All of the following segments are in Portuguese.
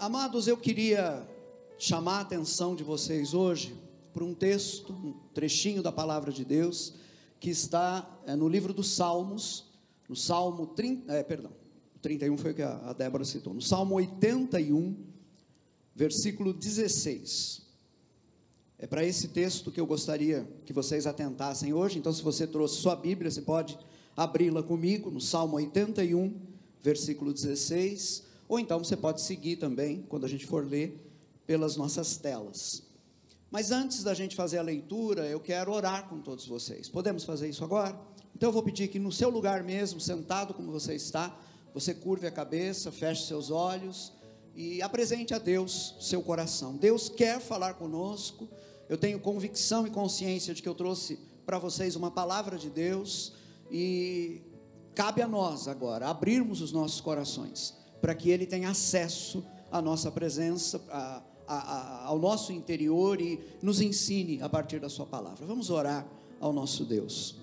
Amados, eu queria chamar a atenção de vocês hoje para um texto, um trechinho da palavra de Deus, que está no livro dos Salmos, no Salmo 31 foi o que a Débora citou, no Salmo 81, versículo 16, é para esse texto que eu gostaria que vocês atentassem hoje. Então, se você trouxe sua Bíblia, você pode abri-la comigo, no Salmo 81, versículo 16, ou então você pode seguir também, quando a gente for ler, pelas nossas telas. Mas antes da gente fazer a leitura, eu quero orar com todos vocês. Podemos fazer isso agora? Então eu vou pedir que no seu lugar mesmo, sentado como você está, você curve a cabeça, feche seus olhos e apresente a Deus seu coração. Deus quer falar conosco. Eu tenho convicção e consciência de que eu trouxe para vocês uma palavra de Deus, e cabe a nós agora abrirmos os nossos corações para que Ele tenha acesso à nossa presença, ao nosso interior, e nos ensine a partir da sua palavra. Vamos orar ao nosso Deus.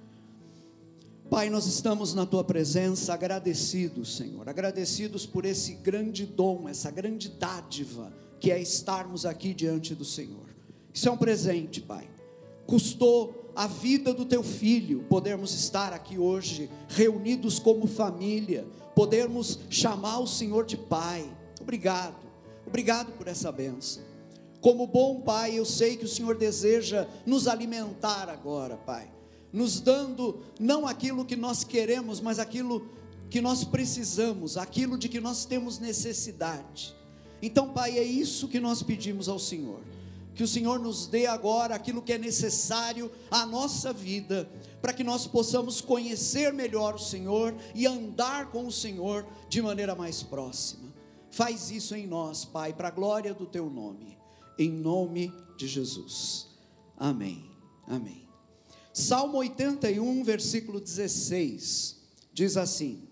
Pai, nós estamos na tua presença agradecidos, Senhor, agradecidos por esse grande dom, essa grande dádiva que é estarmos aqui diante do Senhor. Isso é um presente, Pai. Custou a vida do teu filho podermos estar aqui hoje reunidos como família, podermos chamar o Senhor de Pai. Obrigado por essa bênção. Como bom Pai, eu sei que o Senhor deseja nos alimentar agora, Pai, nos dando não aquilo que nós queremos, mas aquilo que nós precisamos, aquilo de que nós temos necessidade. Então, Pai, é isso que nós pedimos ao Senhor, que o Senhor nos dê agora aquilo que é necessário à nossa vida, para que nós possamos conhecer melhor o Senhor e andar com o Senhor de maneira mais próxima. Faz isso em nós, Pai, para a glória do teu nome, em nome de Jesus, amém, amém. Salmo 81, versículo 16, diz assim: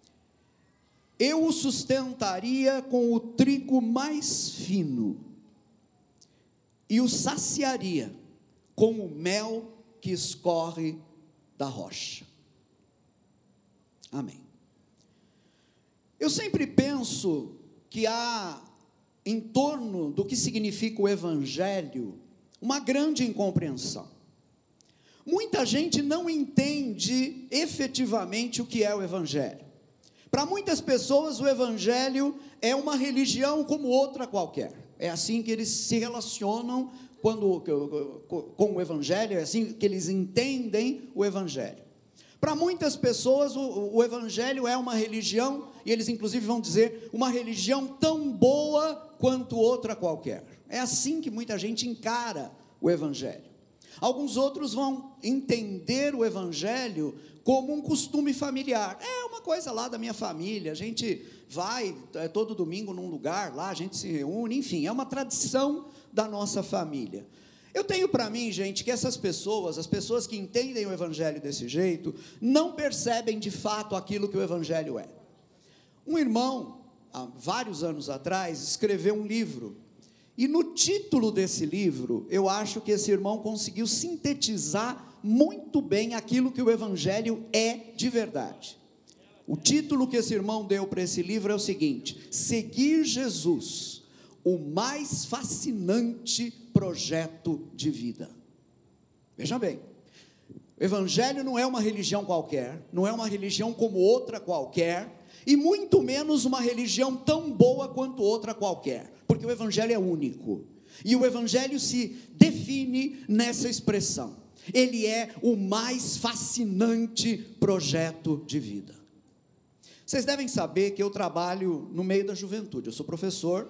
eu o sustentaria com o trigo mais fino, e o saciaria com o mel que escorre da rocha. Amém. Eu sempre penso que há, em torno do que significa o Evangelho, uma grande incompreensão. Muita gente não entende efetivamente o que é o Evangelho. Para muitas pessoas, o Evangelho é uma religião como outra qualquer. É assim que eles se relacionam com o Evangelho, é assim que eles entendem o Evangelho. Para muitas pessoas, o Evangelho é uma religião, e eles inclusive vão dizer, uma religião tão boa quanto outra qualquer. É assim que muita gente encara o Evangelho. Alguns outros vão entender o Evangelho como um costume familiar. É uma coisa lá da minha família, a gente vai todo domingo num lugar, lá a gente se reúne, enfim, é uma tradição da nossa família. Eu tenho para mim, gente, que essas pessoas, as pessoas que entendem o Evangelho desse jeito, não percebem de fato aquilo que o Evangelho é. Um irmão, há vários anos atrás, escreveu um livro, e no título desse livro, eu acho que esse irmão conseguiu sintetizar muito bem aquilo que o Evangelho é de verdade. O título que esse irmão deu para esse livro é o seguinte: seguir Jesus, o mais fascinante projeto de vida. Veja bem, o Evangelho não é uma religião qualquer, não é uma religião como outra qualquer, e muito menos uma religião tão boa quanto outra qualquer, porque o Evangelho é único, e o Evangelho se define nessa expressão: ele é o mais fascinante projeto de vida. Vocês devem saber que eu trabalho no meio da juventude, eu sou professor,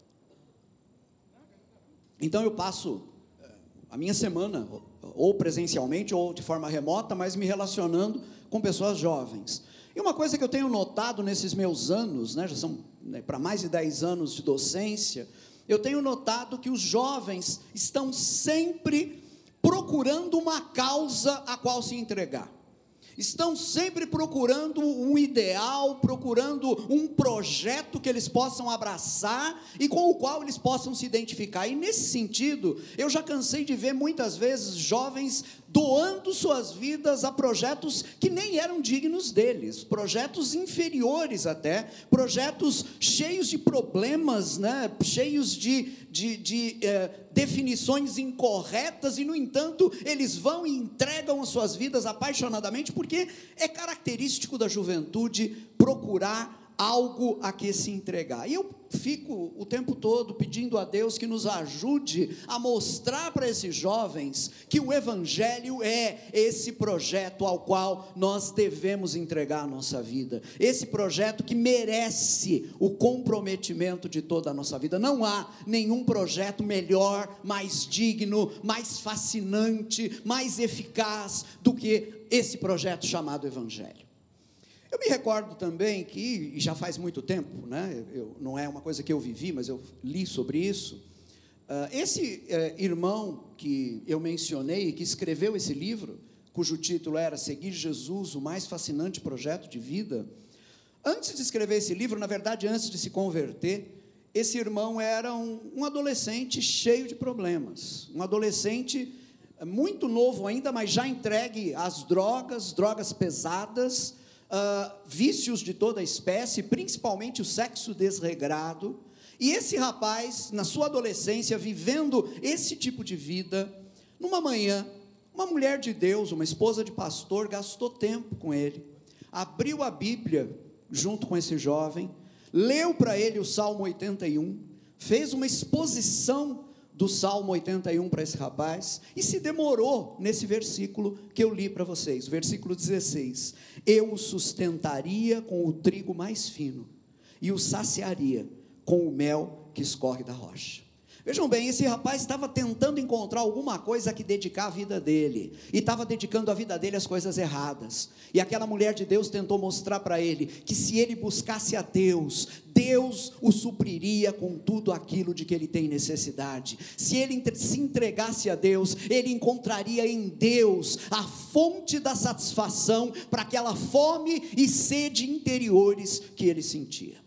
então eu passo a minha semana, ou presencialmente, ou de forma remota, mas me relacionando com pessoas jovens. E uma coisa que eu tenho notado nesses meus anos, já são para mais de 10 anos de docência, eu tenho notado que os jovens estão sempre procurando uma causa a qual se entregar. Estão sempre procurando um ideal, procurando um projeto que eles possam abraçar e com o qual eles possam se identificar. E nesse sentido, eu já cansei de ver muitas vezes jovens doando suas vidas a projetos que nem eram dignos deles, projetos inferiores até, projetos cheios de problemas, né? Cheios de definições incorretas, e no entanto, eles vão e entregam as suas vidas apaixonadamente, porque é característico da juventude procurar algo a que se entregar. E eu fico o tempo todo pedindo a Deus que nos ajude a mostrar para esses jovens que o Evangelho é esse projeto ao qual nós devemos entregar a nossa vida, esse projeto que merece o comprometimento de toda a nossa vida. Não há nenhum projeto melhor, mais digno, mais fascinante, mais eficaz do que esse projeto chamado Evangelho. Eu me recordo também que, e já faz muito tempo, né, não é uma coisa que eu vivi, mas eu li sobre isso, esse irmão que eu mencionei, que escreveu esse livro, cujo título era Seguir Jesus, o mais fascinante projeto de vida, antes de escrever esse livro, na verdade, antes de se converter, esse irmão era um adolescente cheio de problemas, um adolescente muito novo ainda, mas já entregue às drogas pesadas, vícios de toda espécie, principalmente o sexo desregrado. E esse rapaz, na sua adolescência, vivendo esse tipo de vida, numa manhã, uma mulher de Deus, uma esposa de pastor, gastou tempo com ele, abriu a Bíblia junto com esse jovem, leu para ele o Salmo 81, fez uma exposição do Salmo 81 para esse rapaz, e se demorou nesse versículo que eu li para vocês, versículo 16, eu o sustentaria com o trigo mais fino, e o saciaria com o mel que escorre da rocha. Vejam bem, esse rapaz estava tentando encontrar alguma coisa a que dedicar a vida dele, e estava dedicando a vida dele às coisas erradas, e aquela mulher de Deus tentou mostrar para ele, que se ele buscasse a Deus, Deus o supriria com tudo aquilo de que ele tem necessidade. Se ele se entregasse a Deus, ele encontraria em Deus a fonte da satisfação para aquela fome e sede interiores que ele sentia.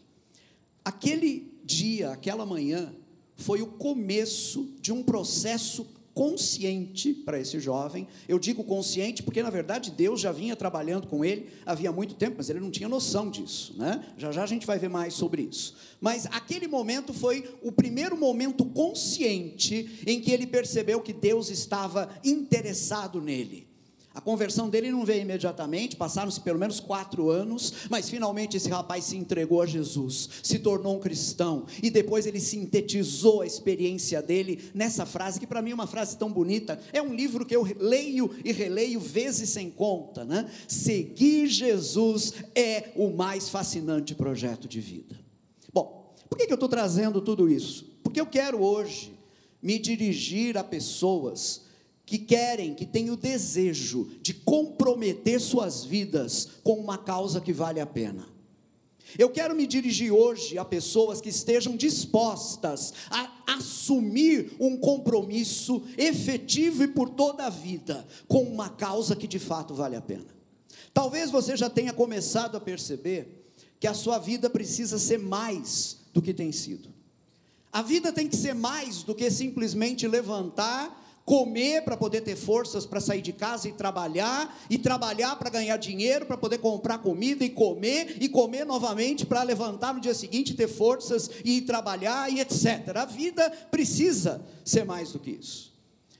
Aquele dia, aquela manhã, foi o começo de um processo consciente para esse jovem. Eu digo consciente porque, na verdade, Deus já vinha trabalhando com ele havia muito tempo, mas ele não tinha noção disso, né? Já já a gente vai ver mais sobre isso. Mas aquele momento foi o primeiro momento consciente em que ele percebeu que Deus estava interessado nele. A conversão dele não veio imediatamente, passaram-se pelo menos 4 anos, mas finalmente esse rapaz se entregou a Jesus, se tornou um cristão, e depois ele sintetizou a experiência dele nessa frase, que para mim é uma frase tão bonita, é um livro que eu leio e releio vezes sem conta, né? Seguir Jesus é o mais fascinante projeto de vida. Bom, por que eu estou trazendo tudo isso? Porque eu quero hoje me dirigir a pessoas que querem, que têm o desejo de comprometer suas vidas com uma causa que vale a pena. Eu quero me dirigir hoje a pessoas que estejam dispostas a assumir um compromisso efetivo e por toda a vida, com uma causa que de fato vale a pena. Talvez você já tenha começado a perceber que a sua vida precisa ser mais do que tem sido. A vida tem que ser mais do que simplesmente levantar, comer para poder ter forças para sair de casa e trabalhar para ganhar dinheiro, para poder comprar comida e comer novamente para levantar no dia seguinte, ter forças e ir trabalhar e etc. A vida precisa ser mais do que isso.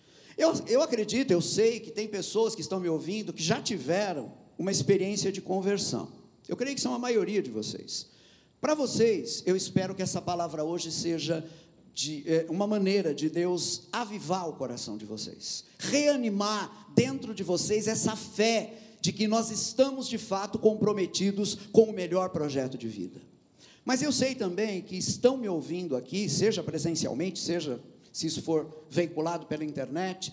Eu acredito, eu sei que tem pessoas que estão me ouvindo que já tiveram uma experiência de conversão. Eu creio que são a maioria de vocês. Para vocês, eu espero que essa palavra hoje seja uma maneira de Deus avivar o coração de vocês, reanimar dentro de vocês essa fé de que nós estamos de fato comprometidos com o melhor projeto de vida. Mas eu sei também que estão me ouvindo aqui, seja presencialmente, seja se isso for veiculado pela internet,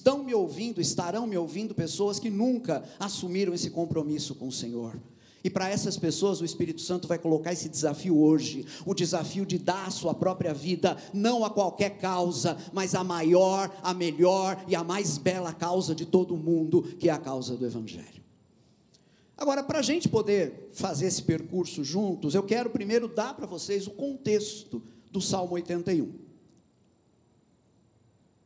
estarão me ouvindo pessoas que nunca assumiram esse compromisso com o Senhor. E para essas pessoas o Espírito Santo vai colocar esse desafio hoje, o desafio de dar a sua própria vida, não a qualquer causa, mas a maior, a melhor e a mais bela causa de todo o mundo, que é a causa do Evangelho. Agora, para a gente poder fazer esse percurso juntos, eu quero primeiro dar para vocês o contexto do Salmo 81.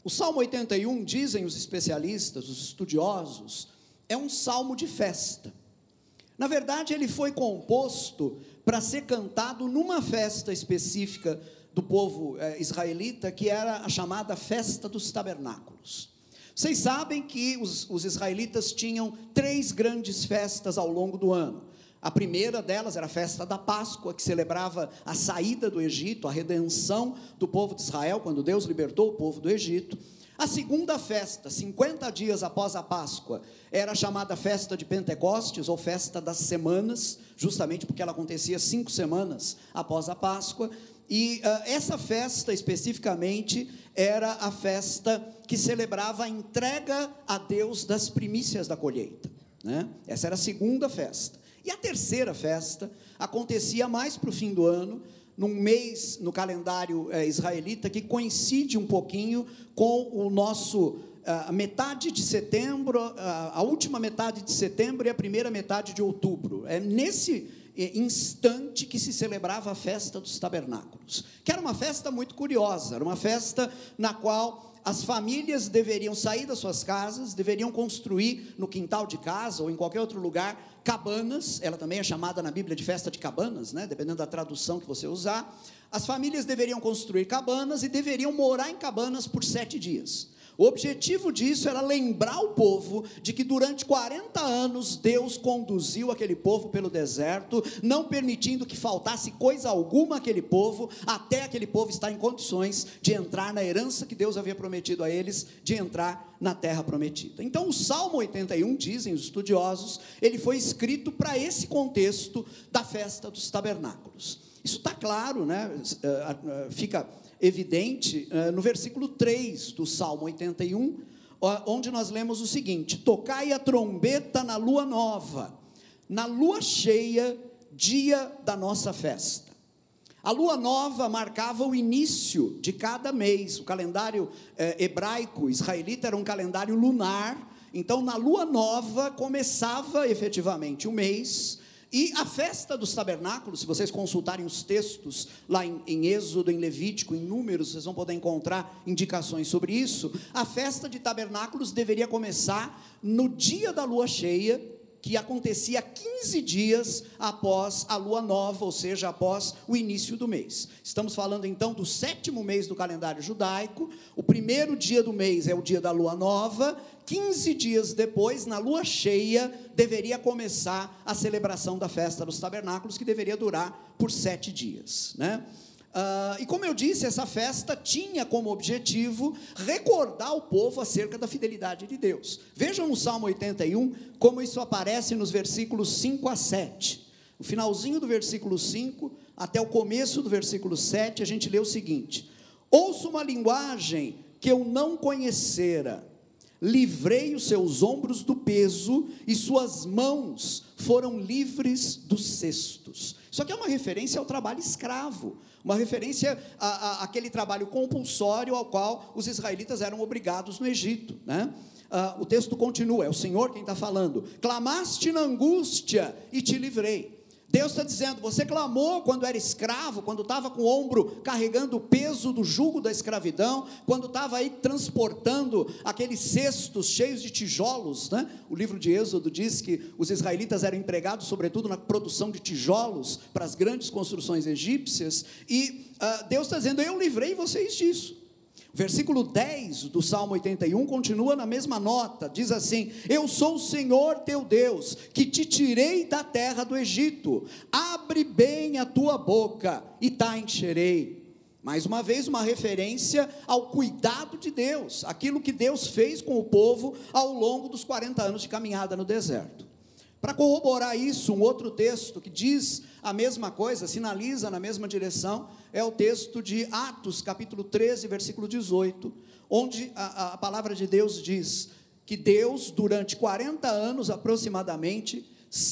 O Salmo 81, dizem os especialistas, os estudiosos, é um salmo de festa. Na verdade, ele foi composto para ser cantado numa festa específica do povo israelita, que era a chamada Festa dos Tabernáculos. Vocês sabem que os israelitas tinham 3 grandes festas ao longo do ano. A primeira delas era a festa da Páscoa, que celebrava a saída do Egito, a redenção do povo de Israel, quando Deus libertou o povo do Egito. A segunda festa, 50 dias após a Páscoa, era chamada festa de Pentecostes, ou festa das semanas, justamente porque ela acontecia 5 semanas após a Páscoa. E essa festa especificamente era a festa que celebrava a entrega a Deus das primícias da colheita, né? Essa era a segunda festa. E a terceira festa acontecia mais para o fim do ano, num mês no calendário israelita, que coincide um pouquinho com o nosso, a metade de setembro, a última metade de setembro e a primeira metade de outubro. É nesse instante que se celebrava a festa dos tabernáculos, que era uma festa muito curiosa, era uma festa na qual as famílias deveriam sair das suas casas, deveriam construir no quintal de casa ou em qualquer outro lugar cabanas. Ela também é chamada na Bíblia de festa de cabanas, né? Dependendo da tradução que você usar. As famílias deveriam construir cabanas e deveriam morar em cabanas por 7 dias. O objetivo disso era lembrar o povo de que durante 40 anos Deus conduziu aquele povo pelo deserto, não permitindo que faltasse coisa alguma àquele povo, até aquele povo estar em condições de entrar na herança que Deus havia prometido a eles, de entrar na terra prometida. Então o Salmo 81, dizem os estudiosos, ele foi escrito para esse contexto da festa dos tabernáculos. Isso está claro, né? Fica evidente no versículo 3 do Salmo 81, onde nós lemos o seguinte: tocai a trombeta na lua nova, na lua cheia, dia da nossa festa. A lua nova marcava o início de cada mês. O calendário hebraico, israelita, era um calendário lunar. Então, na lua nova, começava efetivamente o mês. E a festa dos tabernáculos, se vocês consultarem os textos lá em Êxodo, em Levítico, em Números, vocês vão poder encontrar indicações sobre isso. A festa de tabernáculos deveria começar no dia da lua cheia, que acontecia 15 dias após a lua nova, ou seja, após o início do mês. Estamos falando então do 7º mês do calendário judaico. O primeiro dia do mês é o dia da lua nova. 15 dias depois, na lua cheia, deveria começar a celebração da festa dos tabernáculos, que deveria durar por 7 dias, né? E como eu disse, essa festa tinha como objetivo recordar o povo acerca da fidelidade de Deus. Vejam no Salmo 81, como isso aparece nos versículos 5 a 7. No finalzinho do versículo 5, até o começo do versículo 7, a gente lê o seguinte: ouço uma linguagem que eu não conhecera, livrei os seus ombros do peso, e suas mãos foram livres dos cestos. Isso aqui é uma referência ao trabalho escravo, uma referência àquele trabalho compulsório ao qual os israelitas eram obrigados no Egito, né? O texto continua, é o Senhor quem está falando: clamaste na angústia e te livrei. Deus está dizendo, você clamou quando era escravo, quando estava com o ombro carregando o peso do jugo da escravidão, quando estava aí transportando aqueles cestos cheios de tijolos, né? O livro de Êxodo diz que os israelitas eram empregados sobretudo na produção de tijolos para as grandes construções egípcias, e Deus está dizendo, eu livrei vocês disso. Versículo 10 do Salmo 81 continua na mesma nota, diz assim: eu sou o Senhor teu Deus, que te tirei da terra do Egito, abre bem a tua boca e te encherei. Mais uma vez uma referência ao cuidado de Deus, aquilo que Deus fez com o povo ao longo dos 40 anos de caminhada no deserto. Para corroborar isso, um outro texto que diz a mesma coisa, sinaliza na mesma direção, é o texto de Atos, capítulo 13, versículo 18, onde a palavra de Deus diz que Deus, durante 40 anos aproximadamente,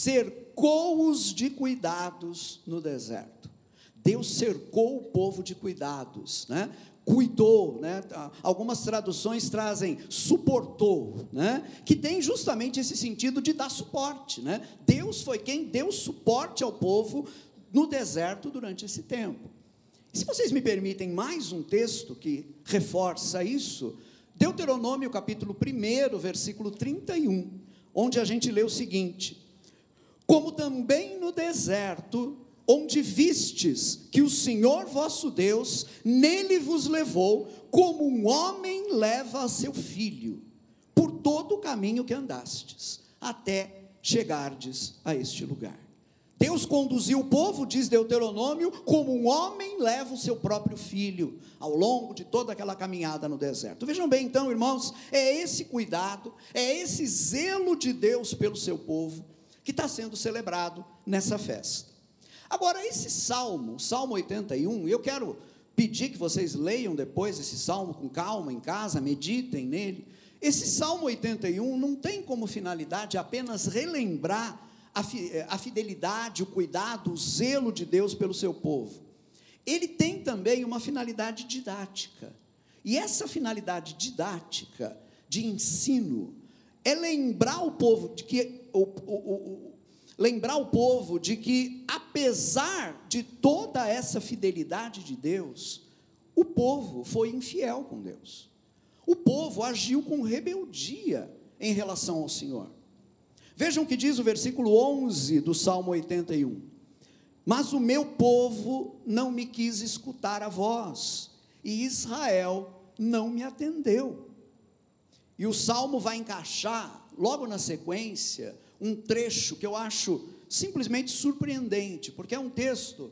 cercou-os de cuidados no deserto. Deus cercou o povo de cuidados, né? Cuidou, né? Algumas traduções trazem suportou, né? Que tem justamente esse sentido de dar suporte, né? Deus foi quem deu suporte ao povo no deserto durante esse tempo. E se vocês me permitem mais um texto que reforça isso, Deuteronômio capítulo 1, versículo 31, onde a gente lê o seguinte: como também no deserto, onde vistes que o Senhor vosso Deus nele vos levou, como um homem leva a seu filho, por todo o caminho que andastes, até chegardes a este lugar. Deus conduziu o povo, diz Deuteronômio, como um homem leva o seu próprio filho, ao longo de toda aquela caminhada no deserto. Vejam bem então, irmãos, é esse cuidado, é esse zelo de Deus pelo seu povo, que está sendo celebrado nessa festa. Agora, esse salmo, Salmo 81, eu quero pedir que vocês leiam depois esse salmo com calma em casa, meditem nele. Esse Salmo 81 não tem como finalidade apenas relembrar a fidelidade, o cuidado, o zelo de Deus pelo seu povo. Ele tem também uma finalidade didática, e essa finalidade didática, de ensino, é lembrar o povo de que, apesar de toda essa fidelidade de Deus, o povo foi infiel com Deus, o povo agiu com rebeldia em relação ao Senhor. Vejam o que diz o versículo 11 do Salmo 81, mas o meu povo não me quis escutar a voz, e Israel não me atendeu. E o Salmo vai encaixar, logo na sequência, um trecho que eu acho simplesmente surpreendente, porque é um texto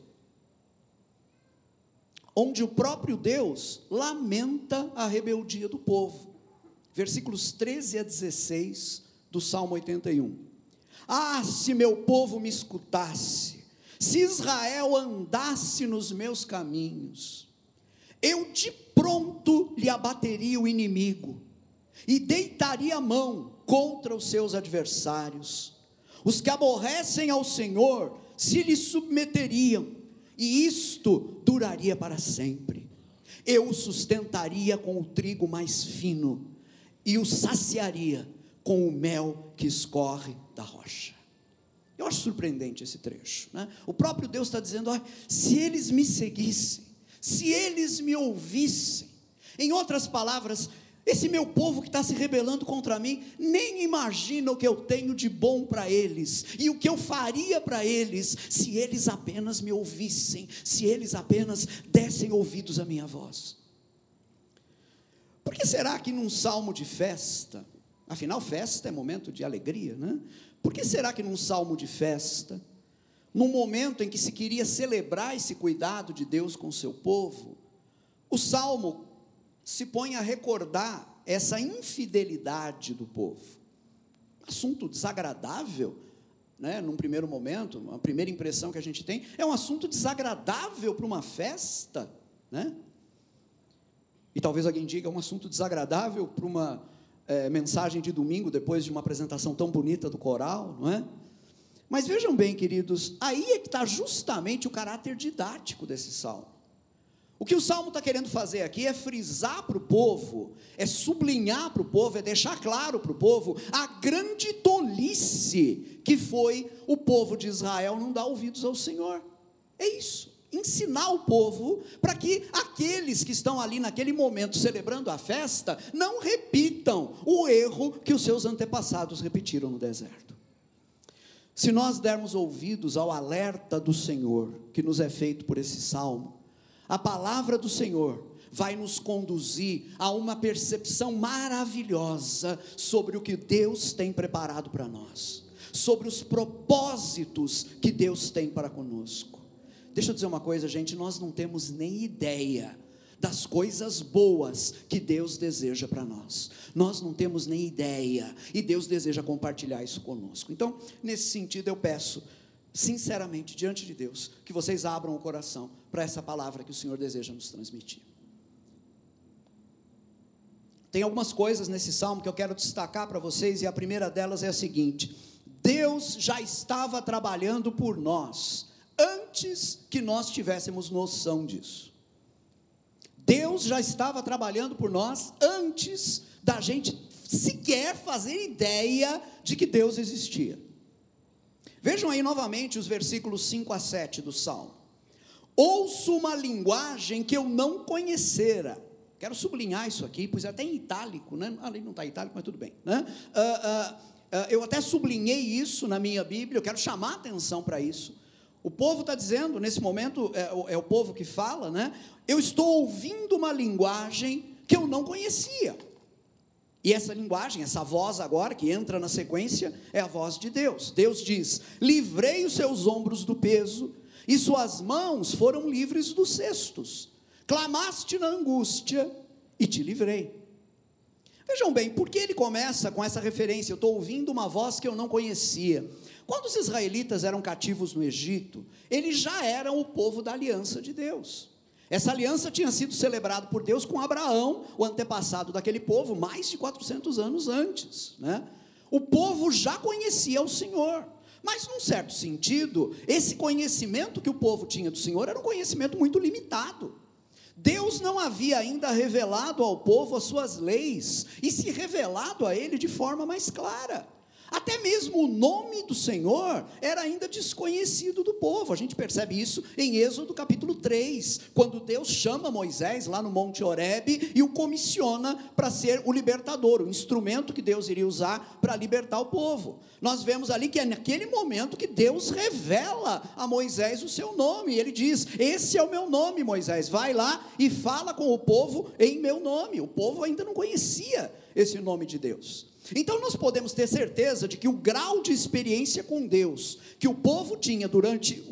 onde o próprio Deus lamenta a rebeldia do povo. Versículos 13 a 16 do Salmo 81. Ah, se meu povo me escutasse, se Israel andasse nos meus caminhos, eu de pronto lhe abateria o inimigo, e deitaria a mão contra os seus adversários. Os que aborrecem ao Senhor se lhe submeteriam, e isto duraria para sempre. Eu o sustentaria com o trigo mais fino, e o saciaria com o mel que escorre da rocha. Eu acho surpreendente esse trecho, né? O próprio Deus está dizendo: olha, se eles me seguissem, se eles me ouvissem, em outras palavras, esse meu povo que está se rebelando contra mim, nem imagina o que eu tenho de bom para eles, e o que eu faria para eles, se eles apenas me ouvissem, se eles apenas dessem ouvidos à minha voz. Por que será que num salmo de festa, afinal festa é momento de alegria, né? Por que será que num salmo de festa, num momento em que se queria celebrar esse cuidado de Deus com o seu povo, o salmo se põe a recordar essa infidelidade do povo? Assunto desagradável, né? Num primeiro momento, a primeira impressão que a gente tem, é um assunto desagradável para uma festa, né? E talvez alguém diga, é um assunto desagradável para uma mensagem de domingo, depois de uma apresentação tão bonita do coral, não é? Mas vejam bem, queridos, aí é que está justamente o caráter didático desse salmo. O que o salmo está querendo fazer aqui é frisar para o povo, é sublinhar para o povo, é deixar claro para o povo a grande tolice que foi o povo de Israel não dar ouvidos ao Senhor. É isso, ensinar o povo para que aqueles que estão ali naquele momento celebrando a festa não repitam o erro que os seus antepassados repetiram no deserto. Se nós dermos ouvidos ao alerta do Senhor que nos é feito por esse salmo, a palavra do Senhor vai nos conduzir a uma percepção maravilhosa sobre o que Deus tem preparado para nós, sobre os propósitos que Deus tem para conosco. Deixa eu dizer uma coisa, gente, nós não temos nem ideia das coisas boas que Deus deseja para nós. Nós não temos nem ideia, e Deus deseja compartilhar isso conosco. Então, nesse sentido, eu peço, sinceramente, diante de Deus, que vocês abram o coração para essa palavra que o Senhor deseja nos transmitir. Tem algumas coisas nesse salmo que eu quero destacar para vocês, e a primeira delas é a seguinte: Deus já estava trabalhando por nós, antes que nós tivéssemos noção disso. Deus já estava trabalhando por nós, antes da gente sequer fazer ideia de que Deus existia. Vejam aí novamente os versículos 5 a 7 do Salmo. Ouço uma linguagem que eu não conhecera. quero sublinhar isso aqui, pois é até em itálico, né? Ali não está itálico, mas tudo bem, né? Eu até sublinhei isso na minha Bíblia, eu quero chamar a atenção para isso. O povo está dizendo, nesse momento, é o povo que fala, né? Eu estou ouvindo uma linguagem que eu não conhecia. E essa linguagem, essa voz agora, que entra na sequência, é a voz de Deus. Deus diz: livrei os seus ombros do peso, e suas mãos foram livres dos cestos. Clamaste na angústia, e te livrei. Vejam bem, por que ele começa com essa referência? Eu estou ouvindo uma voz que eu não conhecia. Quando os israelitas eram cativos no Egito, eles já eram o povo da aliança de Deus. Essa aliança tinha sido celebrada por Deus com Abraão, o antepassado daquele povo, mais de 400 anos antes, né? O povo já conhecia o Senhor, mas num certo sentido, esse conhecimento que o povo tinha do Senhor era um conhecimento muito limitado. Deus não havia ainda revelado ao povo as suas leis, e se revelado a ele de forma mais clara. Até mesmo o nome do Senhor era ainda desconhecido do povo. A gente percebe isso em Êxodo capítulo 3, quando Deus chama Moisés lá no Monte Horebe e o comissiona para ser o libertador, o instrumento que Deus iria usar para libertar o povo. Nós vemos ali que é naquele momento que Deus revela a Moisés o seu nome, e ele diz: esse é o meu nome, Moisés, vai lá e fala com o povo em meu nome. O povo ainda não conhecia esse nome de Deus. Então nós podemos ter certeza de que o grau de experiência com Deus que o povo tinha durante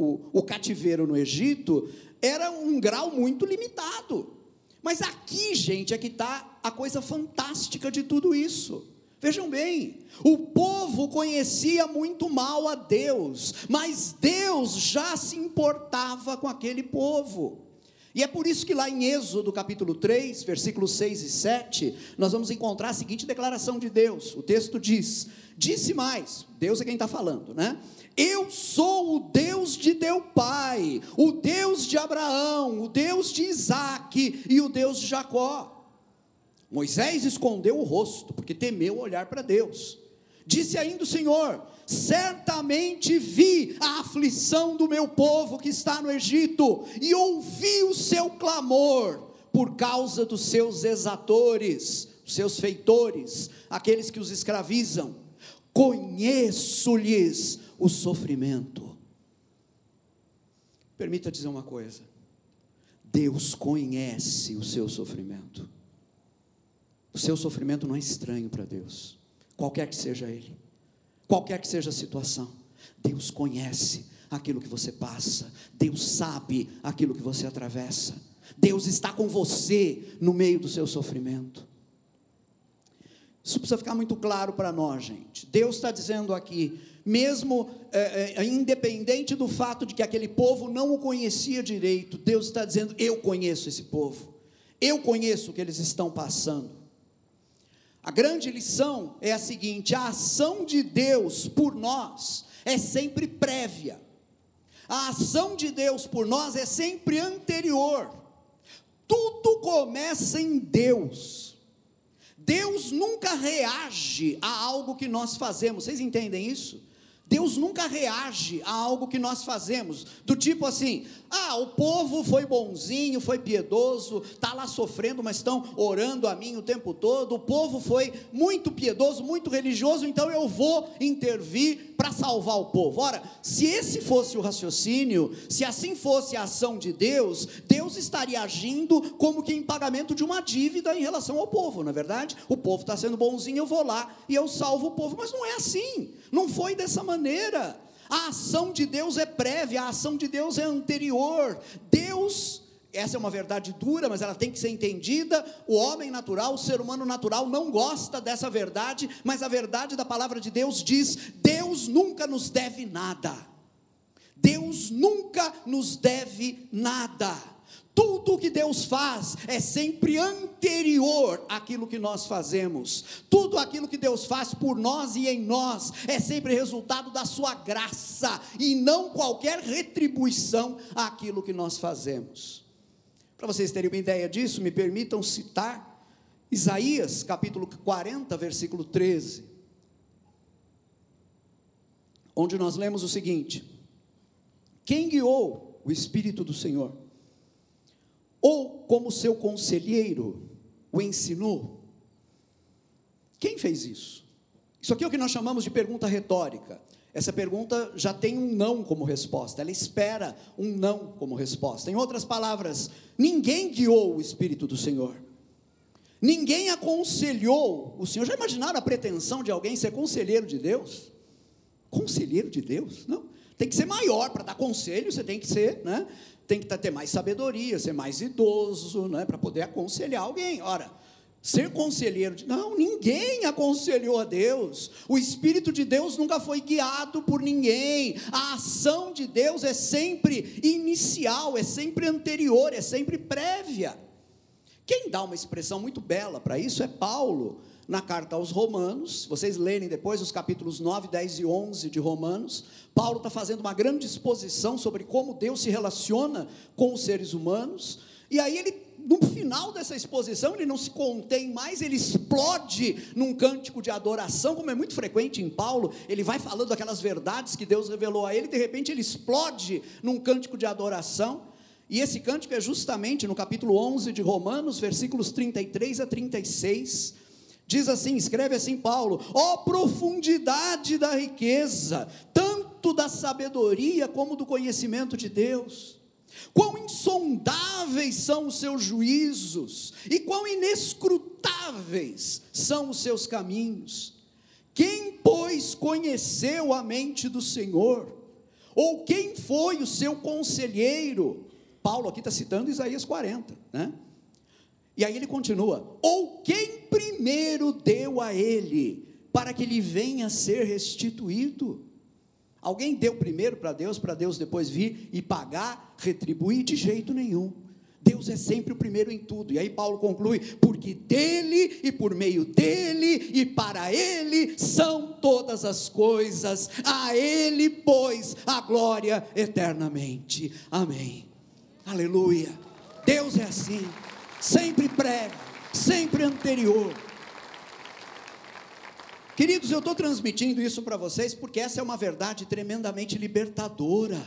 o cativeiro no Egito era um grau muito limitado. Mas aqui, gente, é que está a coisa fantástica de tudo isso. Vejam bem, o povo conhecia muito mal a Deus, mas Deus já se importava com aquele povo. E é por isso que lá em Êxodo capítulo 3, versículos 6 e 7, nós vamos encontrar a seguinte declaração de Deus. O texto diz: disse mais, Deus é quem está falando, né? Eu sou o Deus de teu pai, o Deus de Abraão, o Deus de Isaque e o Deus de Jacó. Moisés escondeu o rosto, porque temeu olhar para Deus. Disse ainda o Senhor: certamente vi a aflição do meu povo que está no Egito, e ouvi o seu clamor, por causa dos seus exatores, os seus feitores, aqueles que os escravizam. Conheço-lhes o sofrimento. Permita dizer uma coisa: Deus conhece o seu sofrimento. O seu sofrimento não é estranho para Deus, qualquer que seja ele, qualquer que seja a situação. Deus conhece aquilo que você passa, Deus sabe aquilo que você atravessa, Deus está com você no meio do seu sofrimento. Isso precisa ficar muito claro para nós, gente. Deus está dizendo aqui, mesmo independente do fato de que aquele povo não o conhecia direito, Deus está dizendo: eu conheço esse povo, eu conheço o que eles estão passando. A grande lição é a seguinte: a ação de Deus por nós é sempre prévia, a ação de Deus por nós é sempre anterior. Tudo começa em Deus. Deus nunca reage a algo que nós fazemos. Vocês entendem isso? Deus nunca reage a algo que nós fazemos, do tipo assim: o povo foi bonzinho, foi piedoso, está lá sofrendo, mas estão orando a mim o tempo todo. O povo foi muito piedoso, muito religioso, então eu vou intervir para salvar o povo. Ora, se esse fosse o raciocínio, se assim fosse a ação de Deus, Deus estaria agindo como que em pagamento de uma dívida em relação ao povo, não é verdade? O povo está sendo bonzinho, eu vou lá e eu salvo o povo. Mas não é assim, não foi dessa maneira. A ação de Deus é prévia, a ação de Deus é anterior. Deus, essa é uma verdade dura, mas ela tem que ser entendida. O homem natural, o ser humano natural não gosta dessa verdade, mas a verdade da palavra de Deus diz: Deus nunca nos deve nada. Deus nunca nos deve nada. Tudo o que Deus faz é sempre anterior àquilo que nós fazemos. Tudo aquilo que Deus faz por nós e em nós é sempre resultado da sua graça, e não qualquer retribuição àquilo que nós fazemos. Para vocês terem uma ideia disso, me permitam citar Isaías capítulo 40, versículo 13, onde nós lemos o seguinte: quem guiou o Espírito do Senhor? Ou como seu conselheiro o ensinou? Quem fez isso? Isso aqui é o que nós chamamos de pergunta retórica. Essa pergunta já tem um não como resposta, ela espera um não como resposta. Em outras palavras, ninguém guiou o Espírito do Senhor, ninguém aconselhou o Senhor. Já imaginaram a pretensão de alguém ser conselheiro de Deus? Conselheiro de Deus? Não, tem que ser maior para dar conselho, você tem que ser, né? Tem que ter mais sabedoria, ser mais idoso, né? Para poder aconselhar alguém. Ora, ser conselheiro não, ninguém aconselhou a Deus. O Espírito de Deus nunca foi guiado por ninguém. A ação de Deus é sempre inicial, é sempre anterior, é sempre prévia. Quem dá uma expressão muito bela para isso é Paulo, na carta aos Romanos. Se vocês lerem depois os capítulos 9, 10 e 11 de Romanos, Paulo está fazendo uma grande exposição sobre como Deus se relaciona com os seres humanos, e aí ele, no final dessa exposição, ele não se contém mais, ele explode num cântico de adoração, como é muito frequente em Paulo. Ele vai falando aquelas verdades que Deus revelou a ele, de repente ele explode num cântico de adoração, e esse cântico é justamente no capítulo 11 de Romanos, versículos 33 a 36, diz assim, escreve assim Paulo: ó profundidade da riqueza, tanto da sabedoria como do conhecimento de Deus, quão insondáveis são os seus juízos, e quão inescrutáveis são os seus caminhos. Quem, pois, conheceu a mente do Senhor? Ou quem foi o seu conselheiro? Paulo aqui está citando Isaías 40, né? E aí ele continua: ou quem primeiro deu a ele, para que lhe venha a ser restituído? Alguém deu primeiro para Deus depois vir e pagar, retribuir? De jeito nenhum. Deus é sempre o primeiro em tudo. E aí Paulo conclui: porque dele, e por meio dele, e para ele, são todas as coisas, a ele, pois, a glória eternamente. Amém. Aleluia. Deus é assim, sempre prévio, sempre anterior. Queridos, eu estou transmitindo isso para vocês porque essa é uma verdade tremendamente libertadora.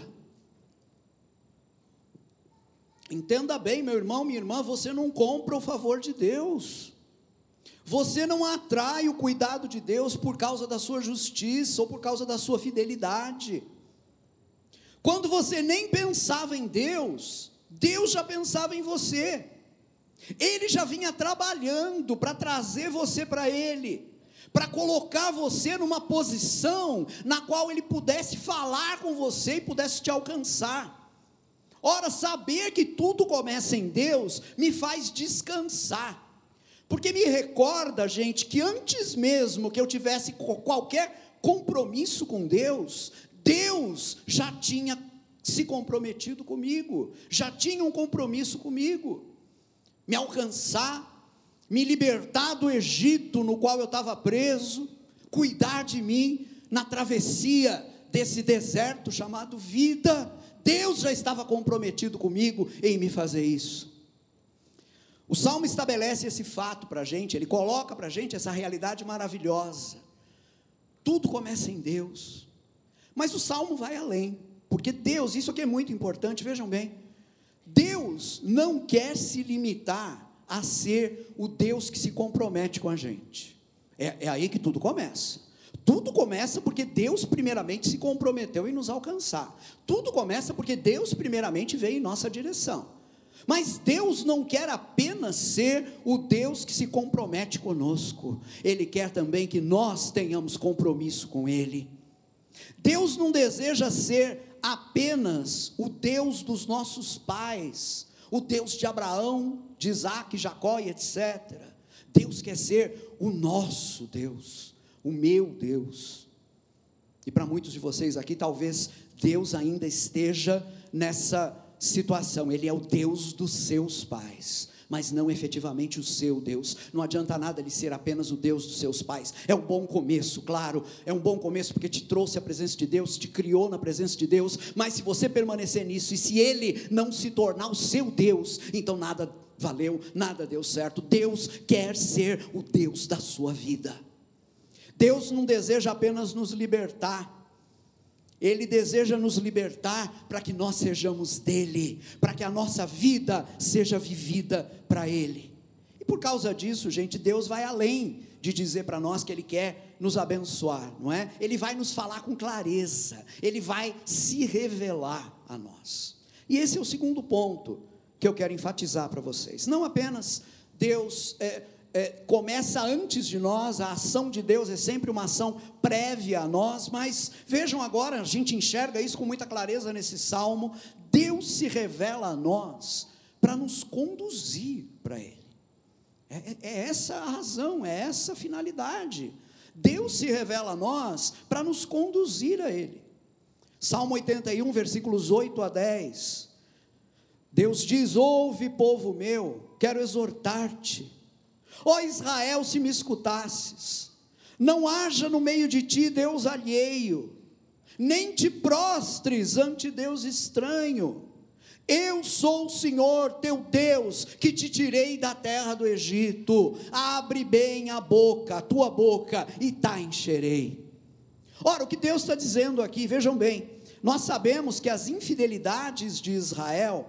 Entenda bem, meu irmão, minha irmã, você não compra o favor de Deus, você não atrai o cuidado de Deus por causa da sua justiça ou por causa da sua fidelidade. Quando você nem pensava em Deus, Deus já pensava em você. Ele já vinha trabalhando para trazer você para Ele, para colocar você numa posição na qual Ele pudesse falar com você e pudesse te alcançar. Ora, saber que tudo começa em Deus me faz descansar, porque me recorda, gente, que antes mesmo que eu tivesse qualquer compromisso com Deus, Deus já tinha se comprometido comigo, já tinha um compromisso comigo, me alcançar, me libertar do Egito no qual eu estava preso, cuidar de mim na travessia desse deserto chamado vida. Deus já estava comprometido comigo em me fazer isso. O Salmo estabelece esse fato para a gente, ele coloca para a gente essa realidade maravilhosa. Tudo começa em Deus, mas o Salmo vai além, porque Deus, isso aqui é muito importante, vejam bem, Deus não quer se limitar a ser o Deus que se compromete com a gente. É aí que tudo começa. Tudo começa porque Deus primeiramente se comprometeu em nos alcançar. Tudo começa porque Deus primeiramente veio em nossa direção. Mas Deus não quer apenas ser o Deus que se compromete conosco. Ele quer também que nós tenhamos compromisso com Ele. Deus não deseja ser apenas o Deus dos nossos pais, o Deus de Abraão, de Isaac, Jacó e etc. Deus quer ser o nosso Deus, o meu Deus. E para muitos de vocês aqui, talvez Deus ainda esteja nessa situação. Ele é o Deus dos seus pais, mas não efetivamente o seu Deus. Não adianta nada ele ser apenas o Deus dos seus pais. É um bom começo, claro, é um bom começo porque te trouxe a presença de Deus, te criou na presença de Deus, mas se você permanecer nisso, e se ele não se tornar o seu Deus, então nada valeu, nada deu certo. Deus quer ser o Deus da sua vida. Deus não deseja apenas nos libertar, Ele deseja nos libertar para que nós sejamos dele, para que a nossa vida seja vivida para ele. E por causa disso, gente, Deus vai além de dizer para nós que ele quer nos abençoar, não é? Ele vai nos falar com clareza, ele vai se revelar a nós. E esse é o segundo ponto que eu quero enfatizar para vocês. Não apenas Deus começa antes de nós, a ação de Deus é sempre uma ação prévia a nós, mas vejam agora, a gente enxerga isso com muita clareza nesse salmo. Deus se revela a nós para nos conduzir para ele. É essa a razão, é essa a finalidade. Deus se revela a nós para nos conduzir a ele. Salmo 81, versículos 8 a 10. Deus diz: ouve, povo meu, quero exortar-te. Ó Israel, se me escutasses, não haja no meio de ti Deus alheio, nem te prostres ante Deus estranho. Eu sou o Senhor teu Deus, que te tirei da terra do Egito. Abre bem a tua boca, e te encherei. Ora, o que Deus está dizendo aqui, vejam bem, nós sabemos que as infidelidades de Israel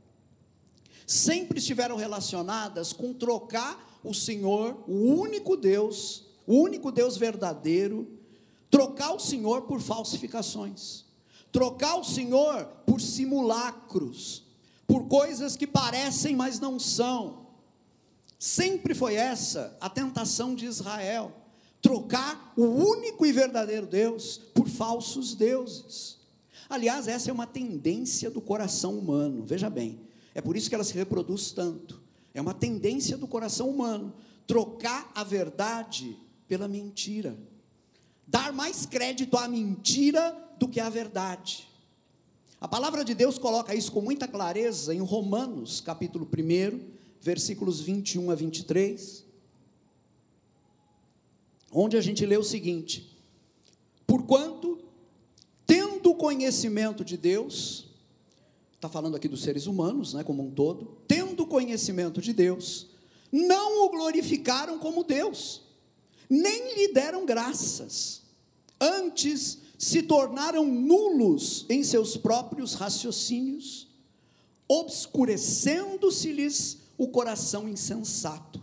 sempre estiveram relacionadas com trocar o Senhor, o único Deus verdadeiro, trocar o Senhor por falsificações, trocar o Senhor por simulacros, por coisas que parecem, mas não são. Sempre foi essa a tentação de Israel, trocar o único e verdadeiro Deus por falsos deuses. Aliás, essa é uma tendência do coração humano, veja bem, é por isso que ela se reproduz tanto. É uma tendência do coração humano, trocar a verdade pela mentira, dar mais crédito à mentira do que à verdade. A palavra de Deus coloca isso com muita clareza em Romanos, capítulo 1, versículos 21 a 23, onde a gente lê o seguinte: porquanto, tendo conhecimento de Deus, está falando aqui dos seres humanos, né, como um todo, tendo conhecimento de Deus, não o glorificaram como Deus, nem lhe deram graças, antes se tornaram nulos em seus próprios raciocínios, obscurecendo-se-lhes o coração insensato,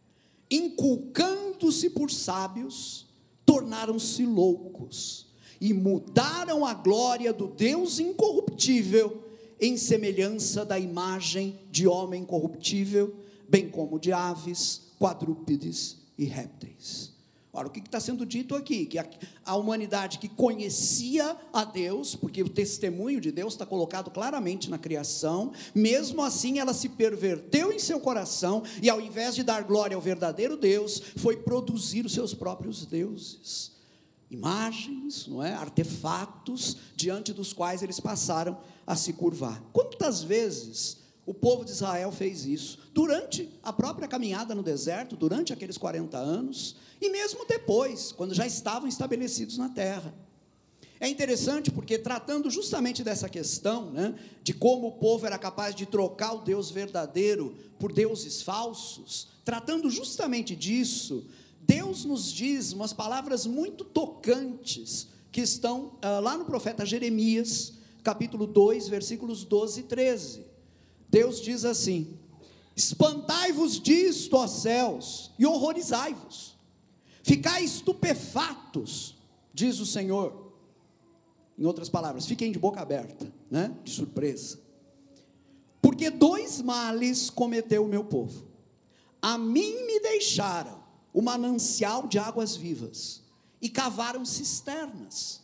inculcando-se por sábios, tornaram-se loucos, e mudaram a glória do Deus incorruptível, em semelhança da imagem de homem corruptível, bem como de aves, quadrúpedes e répteis. Ora, o que está sendo dito aqui? Que a humanidade que conhecia a Deus, porque o testemunho de Deus está colocado claramente na criação, mesmo assim ela se perverteu em seu coração, e ao invés de dar glória ao verdadeiro Deus, foi produzir os seus próprios deuses, imagens, não é? Artefatos, diante dos quais eles passaram a se curvar. Quantas vezes o povo de Israel fez isso? Durante a própria caminhada no deserto, durante aqueles 40 anos, e mesmo depois, quando já estavam estabelecidos na terra. É interessante porque, tratando justamente dessa questão, né, de como o povo era capaz de trocar o Deus verdadeiro por deuses falsos, tratando justamente disso, Deus nos diz umas palavras muito tocantes, que estão lá no profeta Jeremias, capítulo 2, versículos 12 e 13, Deus diz assim: espantai-vos disto, ó céus, e horrorizai-vos, ficai estupefatos, diz o Senhor. Em outras palavras, fiquem de boca aberta, né, de surpresa, porque dois males cometeu o meu povo: a mim me deixaram o manancial de águas vivas, e cavaram cisternas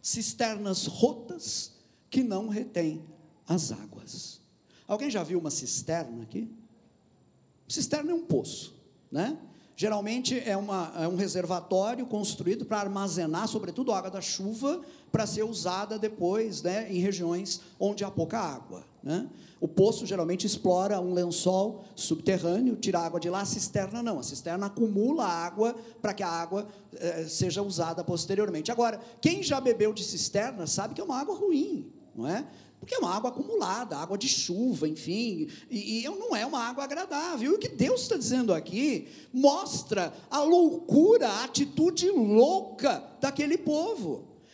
rotas, que não retém as águas. Alguém já viu uma cisterna aqui? Cisterna é um poço, né? Geralmente é um reservatório construído para armazenar, sobretudo, a água da chuva, para ser usada depois, né, em regiões onde há pouca água, né? O poço geralmente explora um lençol subterrâneo, tira a água de lá. A cisterna não, a cisterna acumula água para que a água seja usada posteriormente. Agora, quem já bebeu de cisterna sabe que é uma água ruim, não é? Porque é uma água acumulada, água de chuva, enfim, e não é uma água agradável. E o que Deus está dizendo aqui mostra a loucura, a atitude louca daquele povo.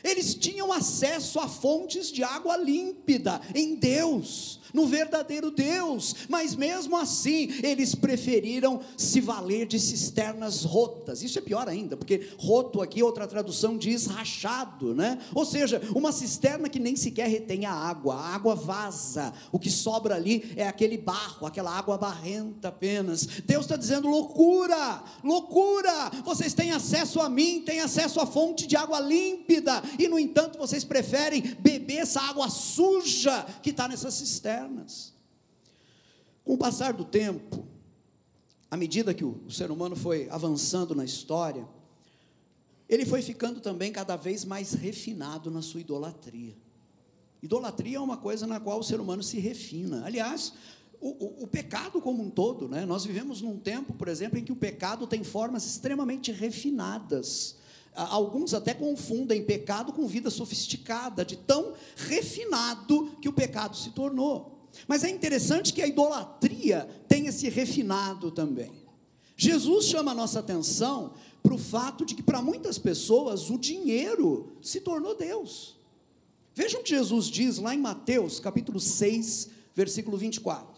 Eles tinham acesso a fontes de água límpida em Deus, no verdadeiro Deus, mas mesmo assim, eles preferiram se valer de cisternas rotas. Isso é pior ainda, porque roto aqui, outra tradução diz rachado, né? Ou seja, uma cisterna que nem sequer retém a água vaza, o que sobra ali é aquele barro, aquela água barrenta apenas. Deus está dizendo: loucura, loucura, vocês têm acesso a mim, têm acesso à fonte de água límpida, e no entanto vocês preferem beber essa água suja que está nessas cisternas. Com o passar do tempo, à medida que o ser humano foi avançando na história, ele foi ficando também cada vez mais refinado na sua idolatria. Idolatria é uma coisa na qual o ser humano se refina. Aliás, o pecado como um todo, né? Nós vivemos num tempo, por exemplo, em que o pecado tem formas extremamente refinadas. Alguns até confundem pecado com vida sofisticada, de tão refinado que o pecado se tornou. Mas é interessante que a idolatria tem esse refinado também. Jesus chama a nossa atenção para o fato de que para muitas pessoas o dinheiro se tornou Deus. Vejam o que Jesus diz lá em Mateus capítulo 6, versículo 24.